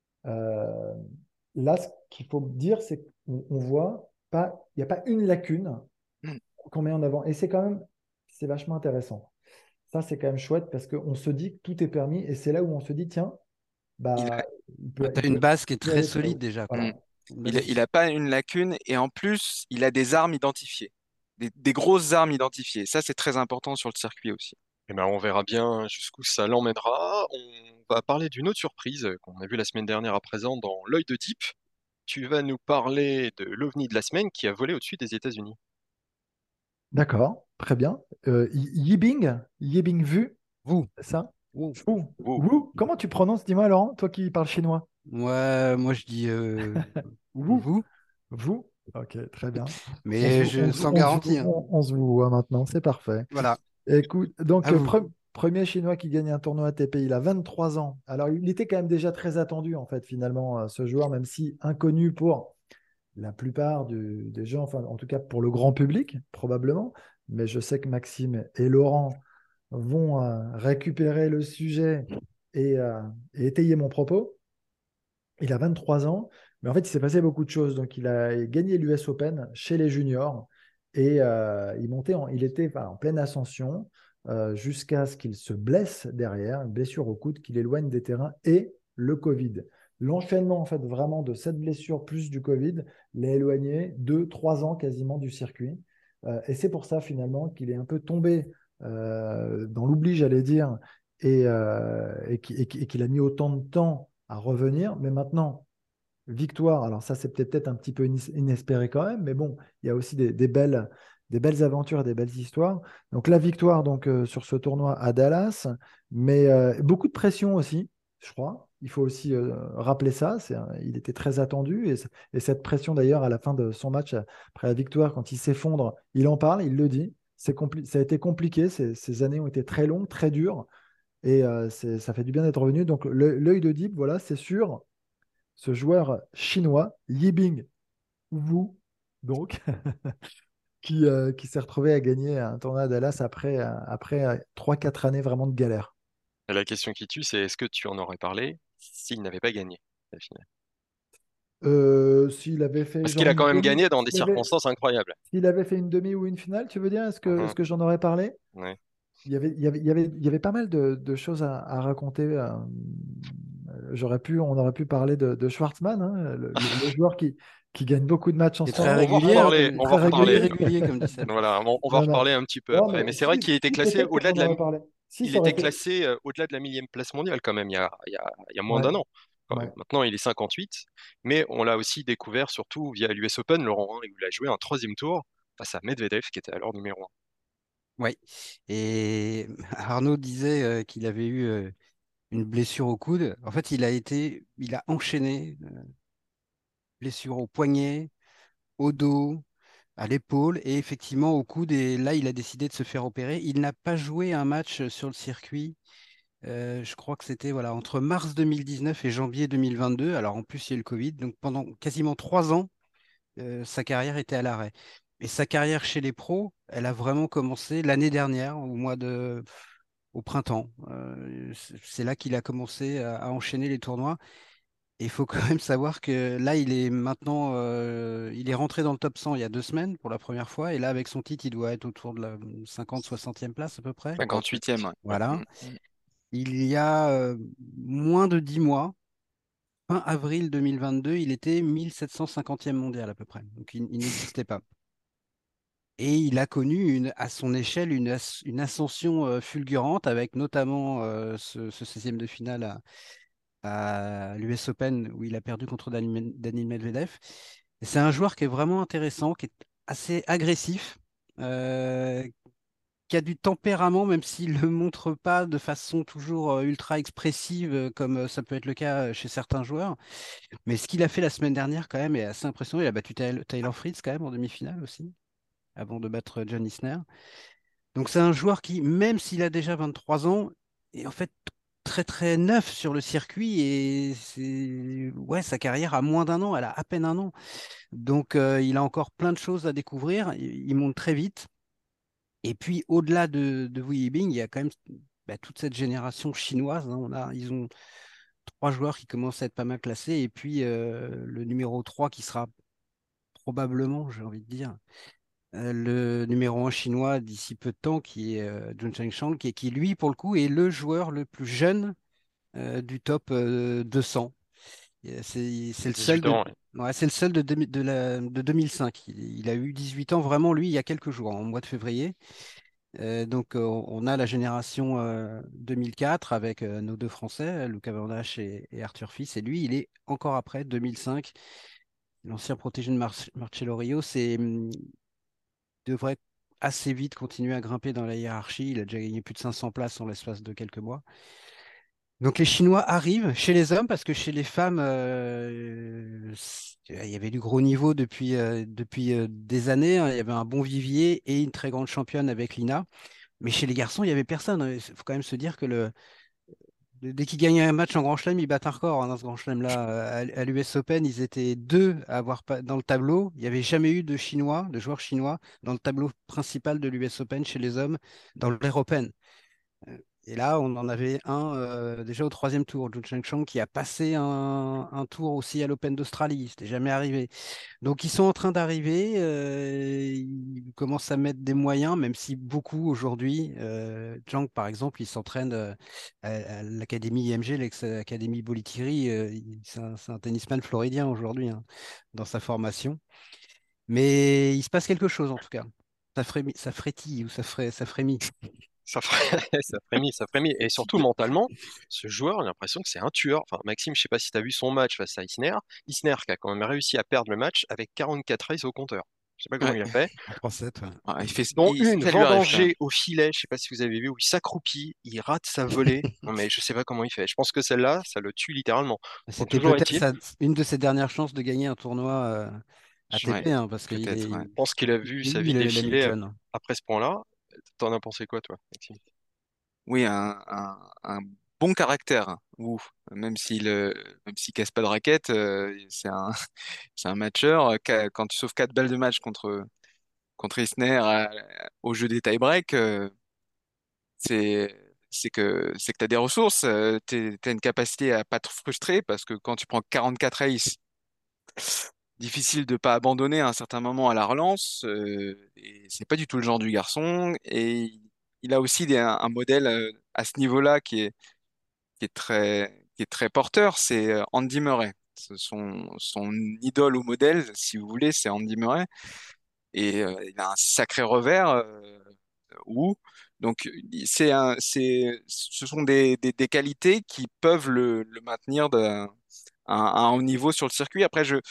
Speaker 3: Euh, Là, ce qu'il faut dire, c'est qu'on on voit pas, il n'y a pas une lacune
Speaker 5: Mm.
Speaker 3: qu'on met en avant. Et c'est quand même, c'est vachement intéressant. Ça, c'est quand même chouette parce qu'on se dit que tout est permis et c'est là où on se dit, tiens,
Speaker 5: Il
Speaker 3: bah,
Speaker 5: a,
Speaker 3: il
Speaker 4: Bah,
Speaker 3: peut,
Speaker 4: tu
Speaker 3: il
Speaker 4: as une
Speaker 3: peut,
Speaker 4: base qui
Speaker 3: il
Speaker 4: est
Speaker 3: peut
Speaker 4: très
Speaker 3: aller très
Speaker 4: solide
Speaker 3: haut.
Speaker 4: déjà, quand
Speaker 5: mm.
Speaker 3: Voilà.
Speaker 4: même. Une
Speaker 5: il a,
Speaker 4: base-
Speaker 5: il a pas une lacune et en plus, il a des armes identifiées, des, des grosses armes identifiées. Ça, c'est très important sur le circuit aussi.
Speaker 2: Eh ben, on verra bien jusqu'où ça l'emmènera. On va parler d'une autre surprise qu'on a vue la semaine dernière à présent dans l'œil de Deep. Tu vas nous parler de l'OVNI de la semaine qui a volé au-dessus des États-Unis.
Speaker 3: D'accord, très bien. Euh, Y- Yibing, Yibing Vu,
Speaker 4: Vous.
Speaker 3: c'est ça?
Speaker 4: Vous.
Speaker 3: Wu.
Speaker 2: Wow.
Speaker 3: Wu, comment tu prononces, dis-moi, Laurent, toi qui parles chinois?
Speaker 4: Ouais, moi je dis euh,
Speaker 3: Wu,
Speaker 4: vous,
Speaker 3: vous? Ok, très bien. On se
Speaker 4: mais
Speaker 3: voue, on
Speaker 4: je
Speaker 3: se voue,
Speaker 4: sans
Speaker 3: on se
Speaker 4: garantie,
Speaker 3: voue-
Speaker 4: hein.
Speaker 3: on- on se voue, hein, maintenant, c'est parfait.
Speaker 4: Voilà,
Speaker 3: Écoute, donc,
Speaker 4: à
Speaker 3: euh,
Speaker 4: vous.
Speaker 3: pre- premier Chinois qui gagne un tournoi A T P, il a vingt-trois ans. Alors, il était quand même déjà très attendu, en fait, finalement, euh, ce joueur, même si inconnu pour la plupart du- des gens, enfin, en tout cas pour le grand public, probablement. Mais je sais que Maxime et Laurent vont euh, récupérer le sujet et, euh, et étayer mon propos. Il a vingt-trois ans, mais en fait, il s'est passé beaucoup de choses. Donc, il a gagné l'U S Open chez les juniors et euh, il montait en, il était enfin, en pleine ascension euh, jusqu'à ce qu'il se blesse derrière, une blessure au coude qui l'éloigne des terrains et le Covid. L'enchaînement, en fait, vraiment de cette blessure plus du Covid l'a éloigné deux, trois ans quasiment du circuit. Euh, et c'est pour ça, finalement, qu'il est un peu tombé euh, dans l'oubli, j'allais dire, et, euh, et qui- et qui- et qu'il a mis autant de temps à revenir. Mais maintenant, victoire, alors ça, c'est peut-être un petit peu inis- inespéré quand même, mais bon, il y a aussi des, des belles, des belles aventures et des belles histoires. Donc la victoire donc, euh, sur ce tournoi à Dallas, mais euh, beaucoup de pression aussi, je crois. Il faut aussi euh, rappeler ça. C'est un- il était très attendu et, c- et cette pression d'ailleurs à la fin de son match, euh, après la victoire, quand il s'effondre, il en parle, il le dit. C'est compli- ça a été compliqué, ces, ces années ont été très longues, très dures. Et euh, c'est- ça fait du bien d'être revenu. Donc, le- l'œil de Deep, voilà, c'est sur ce joueur chinois, Yibing Wu, donc, qui, euh, qui s'est retrouvé à gagner un tournoi à Dallas après, euh, après euh, trois quatre années vraiment de galère.
Speaker 2: Et la question qui tue, c'est est-ce que tu en aurais parlé s'il n'avait pas gagné la finale?
Speaker 3: Euh, s'il avait fait
Speaker 2: Parce qu'il
Speaker 3: genre
Speaker 2: a
Speaker 3: une
Speaker 2: quand même
Speaker 3: demi,
Speaker 2: gagné dans des
Speaker 3: s'il avait,
Speaker 2: circonstances incroyables.
Speaker 3: s'il avait fait une demi ou une finale, tu veux dire, est-ce que, est-ce
Speaker 2: Mhm.
Speaker 3: que j'en aurais parlé?
Speaker 2: Ouais.
Speaker 3: Il y avait, il y avait, il y avait, il y avait pas mal de, de choses à, à raconter. euh, j'aurais pu, on aurait pu parler de, de Schwartzmann, hein, le, le- le joueur qui, qui gagne beaucoup de matchs en
Speaker 4: C'est
Speaker 3: ce
Speaker 4: très
Speaker 3: moment,
Speaker 2: On va
Speaker 4: régulier, hein,
Speaker 2: reparler,
Speaker 4: comme
Speaker 2: on va
Speaker 3: très
Speaker 4: poli
Speaker 2: reparler.
Speaker 3: régulier.
Speaker 4: régulier, comme dit Seb.
Speaker 2: Voilà, on, on va
Speaker 3: Non, non.
Speaker 2: reparler un petit peu
Speaker 3: Non,
Speaker 2: après.
Speaker 3: mais
Speaker 2: Mais c'est vrai
Speaker 3: si,
Speaker 2: qu'il était
Speaker 3: si,
Speaker 2: classé
Speaker 3: peut-être que
Speaker 2: au-delà
Speaker 3: j'en
Speaker 2: de la,
Speaker 3: aurais parlé. Si,
Speaker 2: il
Speaker 3: ça aurait
Speaker 2: était
Speaker 3: été.
Speaker 2: classé euh, au-delà de la millième place mondiale quand même il y a, il y a, il y a moins
Speaker 3: Ouais,
Speaker 2: d'un an. Quand même.
Speaker 3: ouais.
Speaker 2: Maintenant, il est cinquante-huit, mais on l'a aussi découvert surtout via l'U S Open, Laurent, hein, où il a joué un troisième tour face à Medvedev, qui était alors numéro un.
Speaker 4: Oui. Et Arnaud disait euh, qu'il avait eu euh, une blessure au coude. En fait, il a été, il a enchaîné euh, blessure au poignet, au dos, à l'épaule et effectivement au coude. Et là, il a décidé de se faire opérer. Il n'a pas joué un match sur le circuit. Euh, je crois que c'était voilà, entre mars deux mille dix-neuf et janvier deux mille vingt-deux. Alors en plus, il y a eu le Covid. Donc pendant quasiment trois ans, euh, sa carrière était à l'arrêt. Et sa carrière chez les pros, elle a vraiment commencé l'année dernière, au mois de, au printemps. Euh, c'est c'est là qu'il a commencé à, à enchaîner les tournois. Et il faut quand même savoir que là, il est maintenant, euh, il est rentré dans le top cent il y a deux semaines pour la première fois. Et là, avec son titre, il doit être autour de la cinquante, soixantième place à peu près.
Speaker 2: cinquante-huit.
Speaker 5: cinquante-huitième, ouais.
Speaker 4: Voilà.
Speaker 5: Mm, mm.
Speaker 4: Il y a euh, moins de dix mois, fin avril deux mille vingt-deux, il était mille sept cent cinquantième mondial à peu près. Donc il, il n'existait pas. Et il a connu une, à son échelle une, as- une ascension euh, fulgurante avec notamment euh, ce, ce seizième de finale à, à l'U S Open où il a perdu contre Dani- Men- Daniil Medvedev. Et c'est un joueur qui est vraiment intéressant, qui est assez agressif, euh, qui a du tempérament, même s'il ne le montre pas de façon toujours euh, ultra expressive, euh, comme euh, ça peut être le cas euh, chez certains joueurs. Mais ce qu'il a fait la semaine dernière, quand même, est assez impressionnant. Il a battu Taylor Taylor Fritz, quand même, en demi-finale aussi, avant de battre John Isner. Donc c'est un joueur qui, même s'il a déjà vingt-trois ans, est en fait très très neuf sur le circuit et c'est ouais, sa carrière a moins d'un an, elle a à peine un an. Donc euh, il a encore plein de choses à découvrir, il, il monte très vite. Et puis au-delà de, de Wu Yibing, il y a quand même bah, toute cette génération chinoise, hein. On a, ils ont trois joueurs qui commencent à être pas mal classés et puis euh, le numéro trois qui sera probablement, j'ai envie de dire, euh, le numéro un chinois d'ici peu de temps, qui est euh, Jun Changchang, qui, est- qui lui, pour le coup, est le joueur le plus jeune euh, du top euh, deux cents. Et C'est c'est le seul
Speaker 2: dix-huit
Speaker 4: de,
Speaker 2: ans, ouais.
Speaker 4: ouais, c'est le seul de, demi- de, la, de deux mille cinq. Il, il a eu dix-huit ans, vraiment, lui, il y a quelques jours, en mois de février. Euh, donc, euh, on a la génération euh, deux mille quatre avec euh, nos deux Français, Lucas Van Hache et, et Arthur Fils. Et lui, il est encore après, deux mille cinq. L'ancien protégé de Mar Marcello Rio, c'est hum, devrait assez vite continuer à grimper dans la hiérarchie. Il a déjà gagné plus de cinq cents places en l'espace de quelques mois. Donc les Chinois arrivent chez les hommes parce que chez les femmes, euh, c'est- il y avait du gros niveau depuis, euh, depuis euh, des années, hein. Il y avait un bon vivier et une très grande championne avec Lina. Mais chez les garçons, il n'y avait personne. Il faut quand même se dire que le, dès qu'ils gagnaient un match en Grand Chelem, ils battent un record, hein, dans ce Grand Chelem-là. Euh, À, à l'U S Open, ils étaient deux à avoir pas- dans le tableau. Il n'y avait jamais eu de Chinois, de joueurs chinois, dans le tableau principal de l'U S Open chez les hommes, dans l'Air Open. Euh, Et là, on en avait un euh, déjà au troisième tour, Zhou Chengchong, qui a passé un, un tour aussi à l'Open d'Australie. C'était jamais arrivé. Donc, ils sont en train d'arriver. Euh, ils commencent à mettre des moyens, même si beaucoup aujourd'hui, euh, Zhang, par exemple, il s'entraîne euh, à, à l'Académie I M G, l'ex-Académie Bollettieri. Euh, il- c'est un, c'est un tennisman floridien aujourd'hui, hein, dans sa formation. Mais il se passe quelque chose en tout cas. Ça frémit, ça frétille ou ça, fré, ça frémit.
Speaker 2: Ça, fr- ça frémit, ça frémit. Et surtout mentalement, ce joueur, j'ai l'impression que c'est un tueur. Enfin, Maxime, je sais pas si tu as vu son match face à Isner. Isner qui a quand même réussi à perdre le match avec quarante-quatre races au compteur. Je sais pas comment
Speaker 5: Ouais.
Speaker 2: il a fait.
Speaker 4: En trois sept, ouais.
Speaker 5: Ouais, il fait,
Speaker 2: Dont
Speaker 5: il-
Speaker 2: une
Speaker 5: ça lui arrive quand même.
Speaker 2: vendangée au filet, je sais pas si vous avez vu, où il s'accroupit, il rate sa volée. Non mais je sais pas comment il fait. Je pense que celle-là, ça le tue littéralement. Bon,
Speaker 4: C'était
Speaker 2: toujours
Speaker 4: peut-être
Speaker 2: est-il,
Speaker 4: sa- une de ses dernières chances de gagner un tournoi euh,
Speaker 5: Ouais,
Speaker 4: A T P, hein, parce qu'il
Speaker 5: peut-être,
Speaker 4: est,
Speaker 5: ouais.
Speaker 2: je pense qu'il a
Speaker 4: il
Speaker 2: vu sa
Speaker 4: vieillit
Speaker 2: vie
Speaker 4: le- l'ami
Speaker 2: défiler
Speaker 4: John.
Speaker 2: après ce point-là. T'en as pensé quoi, toi, Maxime?
Speaker 5: Oui, un, un, un bon caractère, hein. Ouf. Même s'il euh, même s'il casse pas de raquette, euh, c'est un, c'est un matcheur. Euh, Qua- Quand tu sauves quatre balles de match contre, contre Isner à- au jeu des tie-break, euh, c'est, c'est que, c'est que tu as des ressources, euh, tu as une capacité à pas te frustrer parce que quand tu prends quarante-quatre aces, difficile de pas abandonner à un certain moment à la relance. Euh, et c'est pas du tout le genre du garçon. Et il a aussi des- un, un modèle euh, à ce niveau-là qui est, qui est très, qui est très porteur, c'est euh, Andy Murray. Ce- Son, son idole ou modèle, si vous voulez, c'est Andy Murray. Et euh, il a un sacré revers. Euh, ou donc c'est un, c'est, ce sont des, des, des qualités qui peuvent le, le maintenir d'un- à un, à un haut niveau sur le circuit. Après, je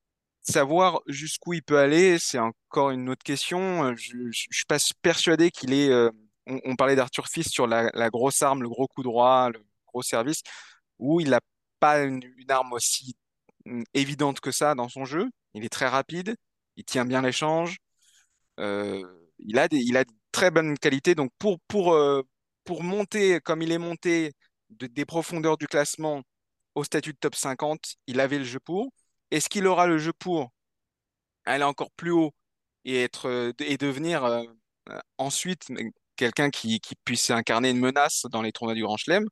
Speaker 5: savoir jusqu'où il peut aller, c'est encore une autre question. Euh, Je, je, je suis pas persuadé qu'il est. Euh, on, on parlait d'Arthur Fils sur la, la grosse arme, le gros coup droit, le gros service, où il n'a pas une, une arme aussi mm, évidente que ça dans son jeu. Il est très rapide, il tient bien l'échange, euh, il a des, il a de très bonnes qualités. Donc pour, pour, euh, pour monter comme il est monté de- des profondeurs du classement au statut de top cinquante, il avait le jeu pour. Est-ce qu'il aura le jeu pour aller encore plus haut et être euh, et devenir euh, euh, ensuite quelqu'un qui, qui puisse incarner une menace dans les tournois du Grand Chelem?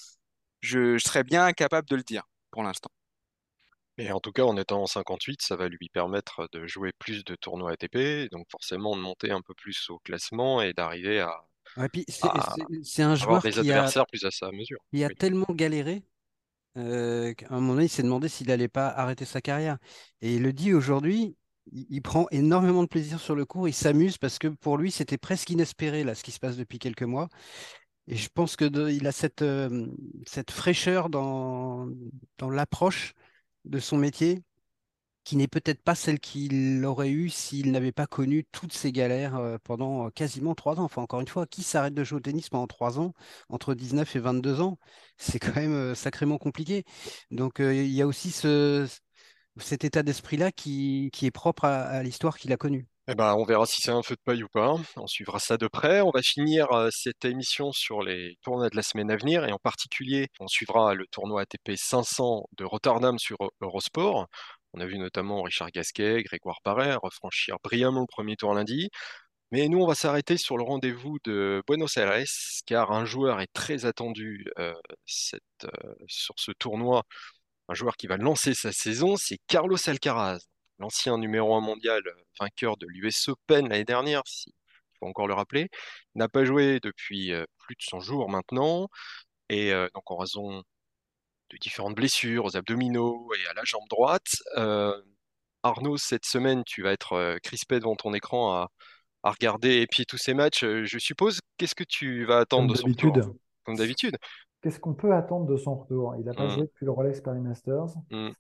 Speaker 5: Je, je serais bien incapable de le dire pour l'instant.
Speaker 2: Et en tout cas, en étant en cinquante-huit, ça va lui permettre de jouer plus de tournois A T P, donc forcément de monter un peu plus au classement et d'arriver à,
Speaker 4: Ouais, puis c'est
Speaker 2: à
Speaker 4: c'est- c'est un
Speaker 2: avoir
Speaker 4: joueur
Speaker 2: des
Speaker 4: qui a,
Speaker 2: adversaires plus à sa mesure.
Speaker 4: qui a
Speaker 2: Oui.
Speaker 4: tellement galéré euh, qu'à un moment donné, il s'est demandé s'il n'allait pas arrêter sa carrière. Et il le dit aujourd'hui, il, il prend énormément de plaisir sur le court, il s'amuse parce que pour lui, c'était presque inespéré là, ce qui se passe depuis quelques mois. Et je pense que de- il a cette, euh, cette fraîcheur dans, dans l'approche de son métier qui n'est peut-être pas celle qu'il aurait eue s'il n'avait pas connu toutes ces galères euh, pendant quasiment trois ans. Enfin, encore une fois, qui s'arrête de jouer au tennis pendant trois ans, entre dix-neuf et vingt-deux ans? C'est quand même euh, sacrément compliqué. Donc, euh, il y a aussi ce, cet état d'esprit-là qui, qui est propre à, à l'histoire qu'il a connue.
Speaker 2: Eh ben, on verra si c'est un feu de paille ou pas. On suivra ça de près. On va finir euh, cette émission sur les tournois de la semaine à venir et en particulier, on suivra le tournoi A T P cinq cents de Rotterdam sur Eu- Eurosport. On a vu notamment Richard Gasquet, Grégoire Barrère franchir brillamment le premier tour lundi. Mais nous, on va s'arrêter sur le rendez-vous de Buenos Aires, car un joueur est très attendu euh, cette, euh, sur ce tournoi. Un joueur qui va lancer sa saison, c'est Carlos Alcaraz, l'ancien numéro un mondial, euh, vainqueur de l'U S Open l'année dernière, si il faut encore le rappeler. Il n'a pas joué depuis euh, plus de cent jours maintenant, et euh, donc en raison de différentes blessures aux abdominaux et à la jambe droite. Euh, Arnaud, cette semaine, tu vas être euh, crispé devant ton écran à, à regarder et puis tous ces matchs, euh, je suppose. Qu'est-ce que tu vas attendre
Speaker 3: Comme
Speaker 2: de son retour?
Speaker 3: d'habitude.
Speaker 2: Comme d'habitude.
Speaker 3: Qu'est-ce qu'on peut attendre de son retour? Il n'a pas
Speaker 2: Hum,
Speaker 3: joué depuis le Rolex Paris Masters.
Speaker 2: hum.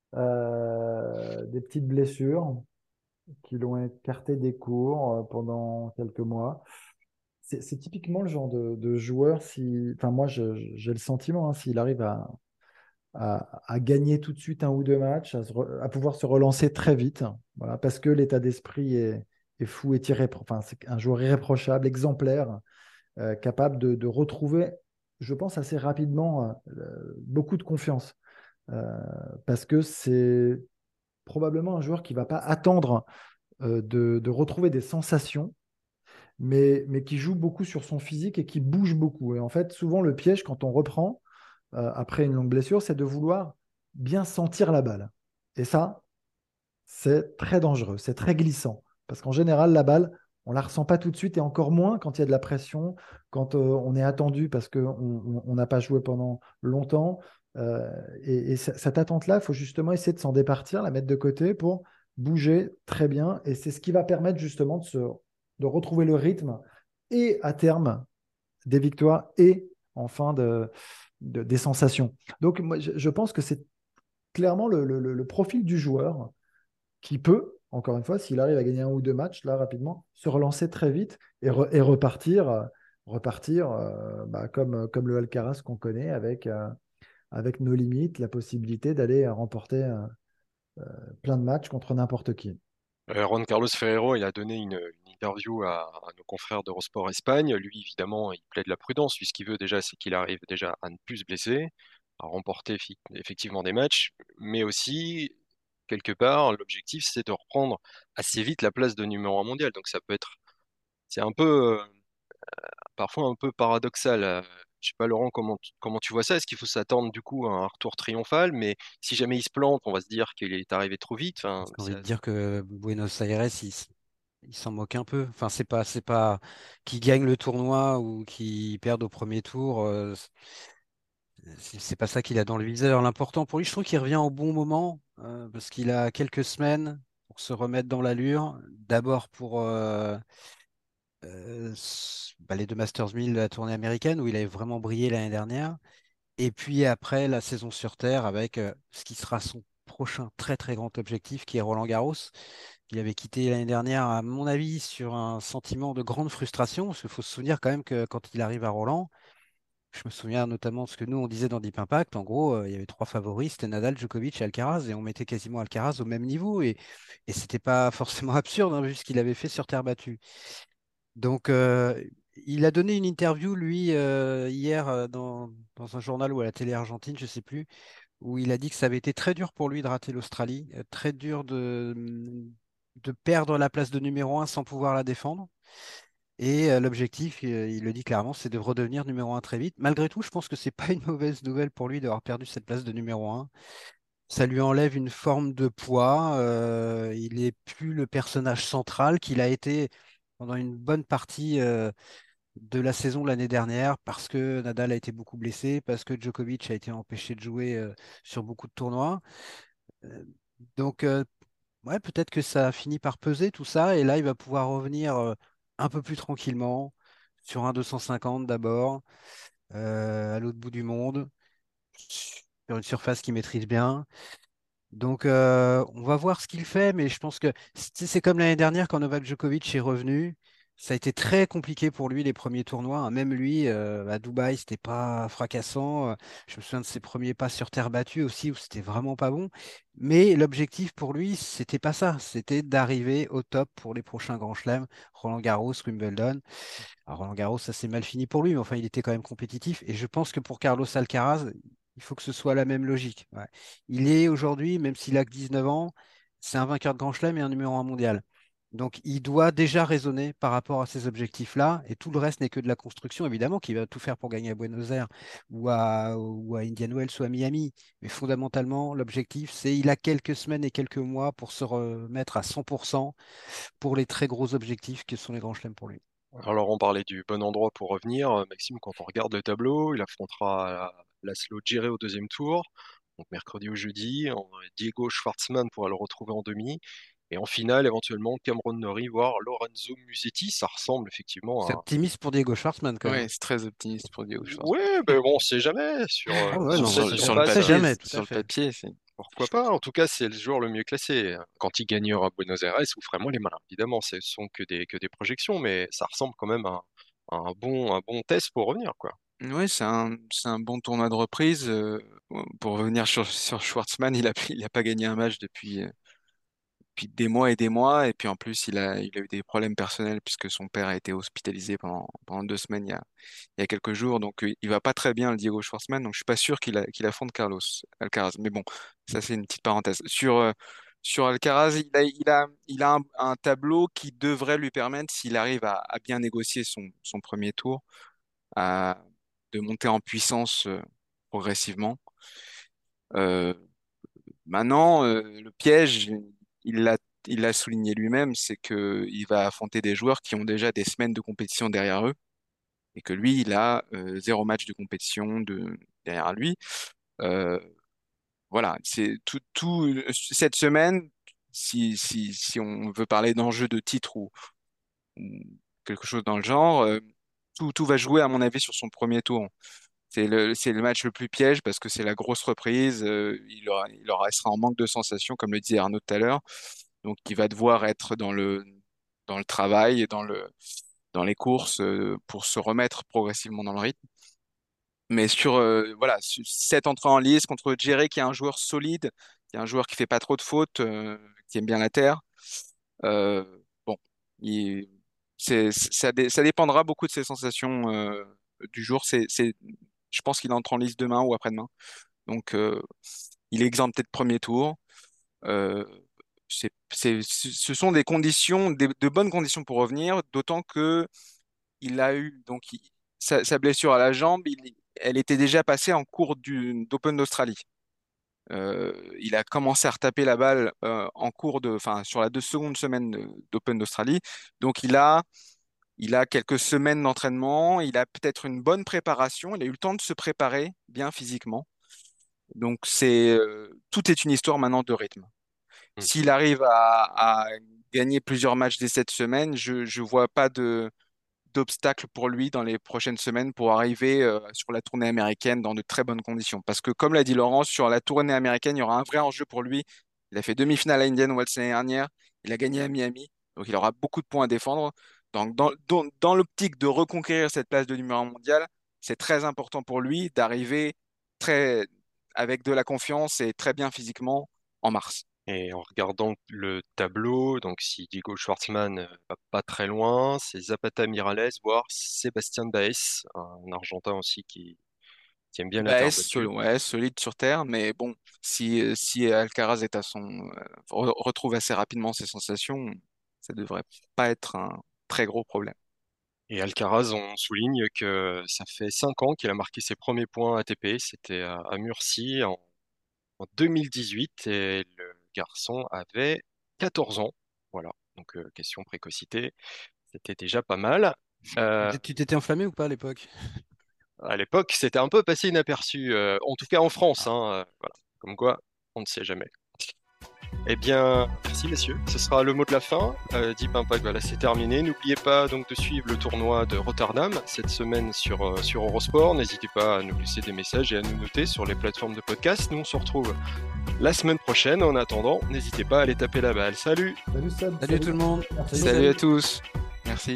Speaker 3: Euh, des petites blessures qui l'ont écarté des cours euh, pendant quelques mois. C'est c'est typiquement le genre de, de joueur, si, enfin moi je- je- j'ai le sentiment, hein, s'il arrive à, à- à gagner tout de suite un ou deux matchs, à, se re- à pouvoir se relancer très vite, voilà, parce que l'état d'esprit est, est fou, est irrépro- enfin, c'est un joueur irréprochable, exemplaire, euh, capable de, de retrouver, je pense, assez rapidement euh, beaucoup de confiance, euh, parce que c'est probablement un joueur qui ne va pas attendre euh, de, de retrouver des sensations, mais, mais qui joue beaucoup sur son physique et qui bouge beaucoup. Et en fait, souvent, le piège, quand on reprend euh, après une longue blessure, c'est de vouloir bien sentir la balle. Et ça, c'est très dangereux, c'est très glissant. Parce qu'en général, la balle, on ne la ressent pas tout de suite et encore moins quand il y a de la pression, quand euh, on est attendu parce qu'on n'a pas joué pendant longtemps. Euh, et, et c- cette attente-là, il faut justement essayer de s'en départir, la mettre de côté pour bouger très bien. Et c'est ce qui va permettre justement de, se, de retrouver le rythme et à terme des victoires et enfin de, de- des sensations. Donc moi, je, je pense que c'est clairement le, le- le- le profil du joueur qui peut, encore une fois, s'il arrive à gagner un ou deux matchs, là, rapidement, se relancer très vite et, re- et repartir, euh, repartir euh, bah, comme, comme le Alcaraz qu'on connaît, avec, euh, avec nos limites, la possibilité d'aller euh, remporter euh, plein de matchs contre n'importe qui.
Speaker 2: Euh, Juan Carlos Ferrero, il a donné une, une interview à, à nos confrères d'Eurosport Espagne. Lui, évidemment, il plaide la prudence. Lui, ce qu'il veut déjà, c'est qu'il arrive déjà à ne plus se blesser, à remporter fi- effectivement des matchs, mais aussi, quelque part, l'objectif, c'est de reprendre assez vite la place de numéro un mondial. Donc ça peut être, c'est un peu, euh, parfois un peu paradoxal. Euh, Je sais pas, Laurent, comment, tu- comment tu vois ça? Est-ce qu'il faut s'attendre du coup à un retour triomphal? Mais si jamais il se plante, on va se dire qu'il est arrivé trop vite. Enfin,
Speaker 4: J'ai envie
Speaker 2: c'est
Speaker 4: de dire que Buenos Aires, il, s- il s'en moque un peu. Enfin, c'est pas, c'est pas qu'il gagne le tournoi ou qu'il perde au premier tour. euh, c'est c'est pas ça qu'il a dans le viseur. L'important pour lui, je trouve qu'il revient au bon moment euh, parce qu'il a quelques semaines pour se remettre dans l'allure. D'abord pour euh, euh, s- bah, les deux Masters mille de la tournée américaine où il avait vraiment brillé l'année dernière. Et puis après, la saison sur Terre avec euh, ce qui sera son prochain très très grand objectif qui est Roland Garros. Il avait quitté l'année dernière, à mon avis, sur un sentiment de grande frustration, parce qu'il faut se souvenir quand même que quand il arrive à Roland, je me souviens notamment de ce que nous on disait dans Deep Impact, en gros, euh, il y avait trois favoris, c'était Nadal, Djokovic et Alcaraz, et on mettait quasiment Alcaraz au même niveau, et, et c'était pas forcément absurde, hein, vu ce qu'il avait fait sur terre battue. Donc, euh, il a donné une interview, lui, euh, hier, euh, dans, dans un journal ou à la télé argentine, je sais plus, où il a dit que ça avait été très dur pour lui de rater l'Australie, euh, très dur de, de perdre la place de numéro un sans pouvoir la défendre. Et euh, l'objectif, euh, il le dit clairement, c'est de redevenir numéro un très vite. Malgré tout, je pense que c'est pas une mauvaise nouvelle pour lui d'avoir perdu cette place de numéro un. Ça lui enlève une forme de poids. Euh, il n'est plus le personnage central qu'il a été pendant une bonne partie euh, de la saison l'année dernière parce que Nadal a été beaucoup blessé, parce que Djokovic a été empêché de jouer euh, sur beaucoup de tournois. Euh, Donc, euh, Ouais, peut-être que ça finit par peser tout ça, et là, il va pouvoir revenir euh, un peu plus tranquillement sur un deux cent cinquante d'abord, euh, à l'autre bout du monde, sur une surface qu'il maîtrise bien. Donc, euh, on va voir ce qu'il fait, mais je pense que c'est c'est comme l'année dernière quand Novak Djokovic est revenu. Ça a été très compliqué pour lui les premiers tournois, hein. Même lui, euh, à Dubaï, c'était pas fracassant. Euh, Je me souviens de ses premiers pas sur terre battue aussi, où c'était vraiment pas bon. Mais l'objectif pour lui, c'était pas ça. C'était d'arriver au top pour les prochains grands chelems, Roland-Garros, Wimbledon. Alors Roland Garros, ça s'est mal fini pour lui, mais enfin, il était quand même compétitif. Et je pense que pour Carlos Alcaraz, il faut que ce soit la même logique. Ouais. Il est aujourd'hui, même s'il a que dix-neuf ans, c'est un vainqueur de Grand Chelem et un numéro un mondial. Donc il doit déjà raisonner par rapport à ces objectifs-là. Et tout le reste n'est que de la construction, évidemment, qu'il va tout faire pour gagner à Buenos Aires ou à, ou à Indian Wells ou à Miami. Mais fondamentalement, l'objectif, c'est il a quelques semaines et quelques mois pour se remettre à cent pour cent pour les très gros objectifs que sont les Grands Chelems pour lui.
Speaker 2: Alors, on parlait du bon endroit pour revenir. Euh, Maxime, quand on regarde le tableau, il affrontera Laszlo Djere au deuxième tour, donc mercredi ou jeudi. En- Diego Schwartzmann pourra le retrouver en demi. Et en finale, éventuellement, Cameron Norrie, voire Lorenzo Musetti. Ça ressemble effectivement
Speaker 4: C'est
Speaker 2: à...
Speaker 4: optimiste pour Diego Schwartzmann quand même.
Speaker 5: Ouais, c'est très optimiste pour Diego Schwartzman.
Speaker 2: Ouais, ben bon, on sait jamais. Sur,
Speaker 4: Ah
Speaker 2: euh,
Speaker 4: ouais,
Speaker 2: sur
Speaker 4: non,
Speaker 5: Sur,
Speaker 2: celle
Speaker 4: on
Speaker 5: le
Speaker 4: sait,
Speaker 2: sur
Speaker 5: sur le
Speaker 4: on
Speaker 2: patte,
Speaker 4: sait
Speaker 2: euh,
Speaker 5: papier,
Speaker 4: jamais, tout
Speaker 5: sur
Speaker 4: à
Speaker 5: le
Speaker 4: fait.
Speaker 5: papier, c'est.
Speaker 2: pourquoi pas? En tout cas, c'est le joueur le mieux classé. Quand il gagnera Buenos Aires, vous ferez moins les malins. Évidemment, ce sont que des, que des projections, mais ça ressemble quand même à, à un bon, un bon test pour revenir, quoi.
Speaker 5: Ouais, c'est un, c'est un bon tournoi de reprise. euh, pour revenir sur, sur Schwartzmann, il a, il a pas gagné un match depuis, euh, depuis des mois et des mois. Et puis en plus, il a, il a eu des problèmes personnels puisque son père a été hospitalisé pendant, pendant deux semaines il y a, il y a quelques jours. Donc euh, il va pas très bien, le Diego Schwartzmann. Donc je suis pas sûr qu'il a, qu'il affronte Carlos Alcaraz. Mais bon, ça c'est une petite parenthèse. Sur, euh, sur Alcaraz, il a, il a, il a un, un tableau qui devrait lui permettre, s'il arrive à, à bien négocier son, son premier tour, à, de monter en puissance euh, progressivement. Euh, Maintenant, euh, le piège, il l'a, il l'a souligné lui-même, c'est que il va affronter des joueurs qui ont déjà des semaines de compétition derrière eux et que lui, il a euh, zéro match de compétition de, derrière lui. Euh, voilà, c'est tout, tout cette semaine, si, si, si on veut parler d'enjeu de titre ou, ou quelque chose dans le genre, euh, tout, tout va jouer à mon avis sur son premier tour. C'est le, c'est le match le plus piège parce que c'est la grosse reprise. Euh, il aura, il aura, il sera en manque de sensations, comme le disait Arnaud tout à l'heure. Donc, il va devoir être dans le, dans le travail et dans le, dans les courses euh, pour se remettre progressivement dans le rythme. Mais sur, euh, voilà, sur cette entrée en lice contre Djere, qui est un joueur solide, qui est un joueur qui fait pas trop de fautes, euh, qui aime bien la terre. Euh, bon, il, c'est, ça, dé- ça dépendra beaucoup de ses sensations euh, du jour. C'est, c'est, je pense qu'il entre en lice demain ou après-demain. Donc, euh, il est exempté de premier tour. Euh, c'est, c'est, ce sont des conditions, des- de bonnes conditions pour revenir, d'autant que il a eu donc il- sa, sa blessure à la jambe, il- elle était déjà passée en cours du, d'Open d'Australie. Euh, il a commencé à retaper la balle euh, en cours de, enfin, sur la deux secondes semaine de- d'Open d'Australie. Donc, il a, il a quelques semaines d'entraînement, il a peut-être une bonne préparation, il a eu le temps de se préparer bien physiquement. Donc, c'est, euh, tout est une histoire maintenant de rythme.
Speaker 2: Hmm.
Speaker 5: S'il arrive à, à gagner plusieurs matchs dès cette semaine, je ne vois pas de, d'obstacle pour lui dans les prochaines semaines pour arriver euh, sur la tournée américaine dans de très bonnes conditions. Parce que, comme l'a dit Laurence, sur la tournée américaine, il y aura un vrai enjeu pour lui. Il a fait demi-finale à Indian Wells l'année dernière, il a gagné à Miami, donc il aura beaucoup de points à défendre. Donc, dans, dans, dans l'optique de reconquérir cette place de numéro un mondial, c'est très important pour lui d'arriver très avec de la confiance et très bien physiquement en mars.
Speaker 2: Et en regardant le tableau, donc si Diego Schwartzmann euh, va pas très loin, c'est Zapata Miralles, voire Sébastien Baez, un Argentin aussi qui, qui aime bien la
Speaker 5: Bah,
Speaker 2: terre
Speaker 5: est
Speaker 2: battue.
Speaker 5: ouais, solide sur terre, mais bon, si, euh, si Alcaraz est à son, euh, re- retrouve assez rapidement ses sensations, ça devrait pas être un très gros problème.
Speaker 2: Et Alcaraz, on souligne que ça fait cinq ans qu'il a marqué ses premiers points A T P, c'était à, à Murcie en, en deux mille dix-huit, et le garçon avait quatorze ans. Voilà, donc euh, question précocité, c'était déjà pas mal.
Speaker 4: Tu
Speaker 2: Euh,
Speaker 4: t'es- tu t'étais enflammé ou pas à l'époque?
Speaker 2: À l'époque, c'était un peu passé inaperçu, euh, en tout cas en France,
Speaker 4: Ah,
Speaker 2: hein, euh, voilà. Comme quoi, on ne sait jamais. Eh bien, merci messieurs. Ce sera le mot de la fin. Euh, Deep Impact, voilà, c'est terminé. N'oubliez pas donc de suivre le tournoi de Rotterdam cette semaine sur, euh, sur Eurosport. N'hésitez pas à nous laisser des messages et à nous noter sur les plateformes de podcast. Nous, on se retrouve la semaine prochaine. En attendant, n'hésitez pas à aller taper la balle. Salut!
Speaker 3: Salut Sam.
Speaker 4: Salut tout le monde.
Speaker 3: Merci.
Speaker 5: Salut à tous. Merci.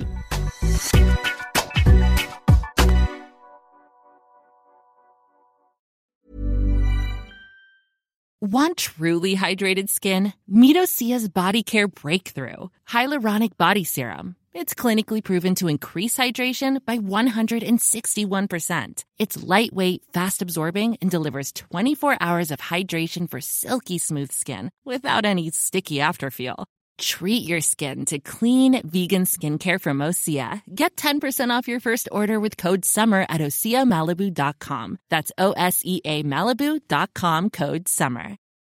Speaker 6: Want truly hydrated skin? Meet Osea's Body Care Breakthrough Hyaluronic Body Serum. It's clinically proven to increase hydration by one hundred sixty-one percent. It's lightweight, fast-absorbing, and delivers twenty-four hours of hydration for silky smooth skin without any sticky afterfeel. Treat your skin to clean, vegan skincare from Osea. Get ten percent off your first order with code SUMMER at osea malibu dot com. That's O S E A Malibu dot com, code SUMMER.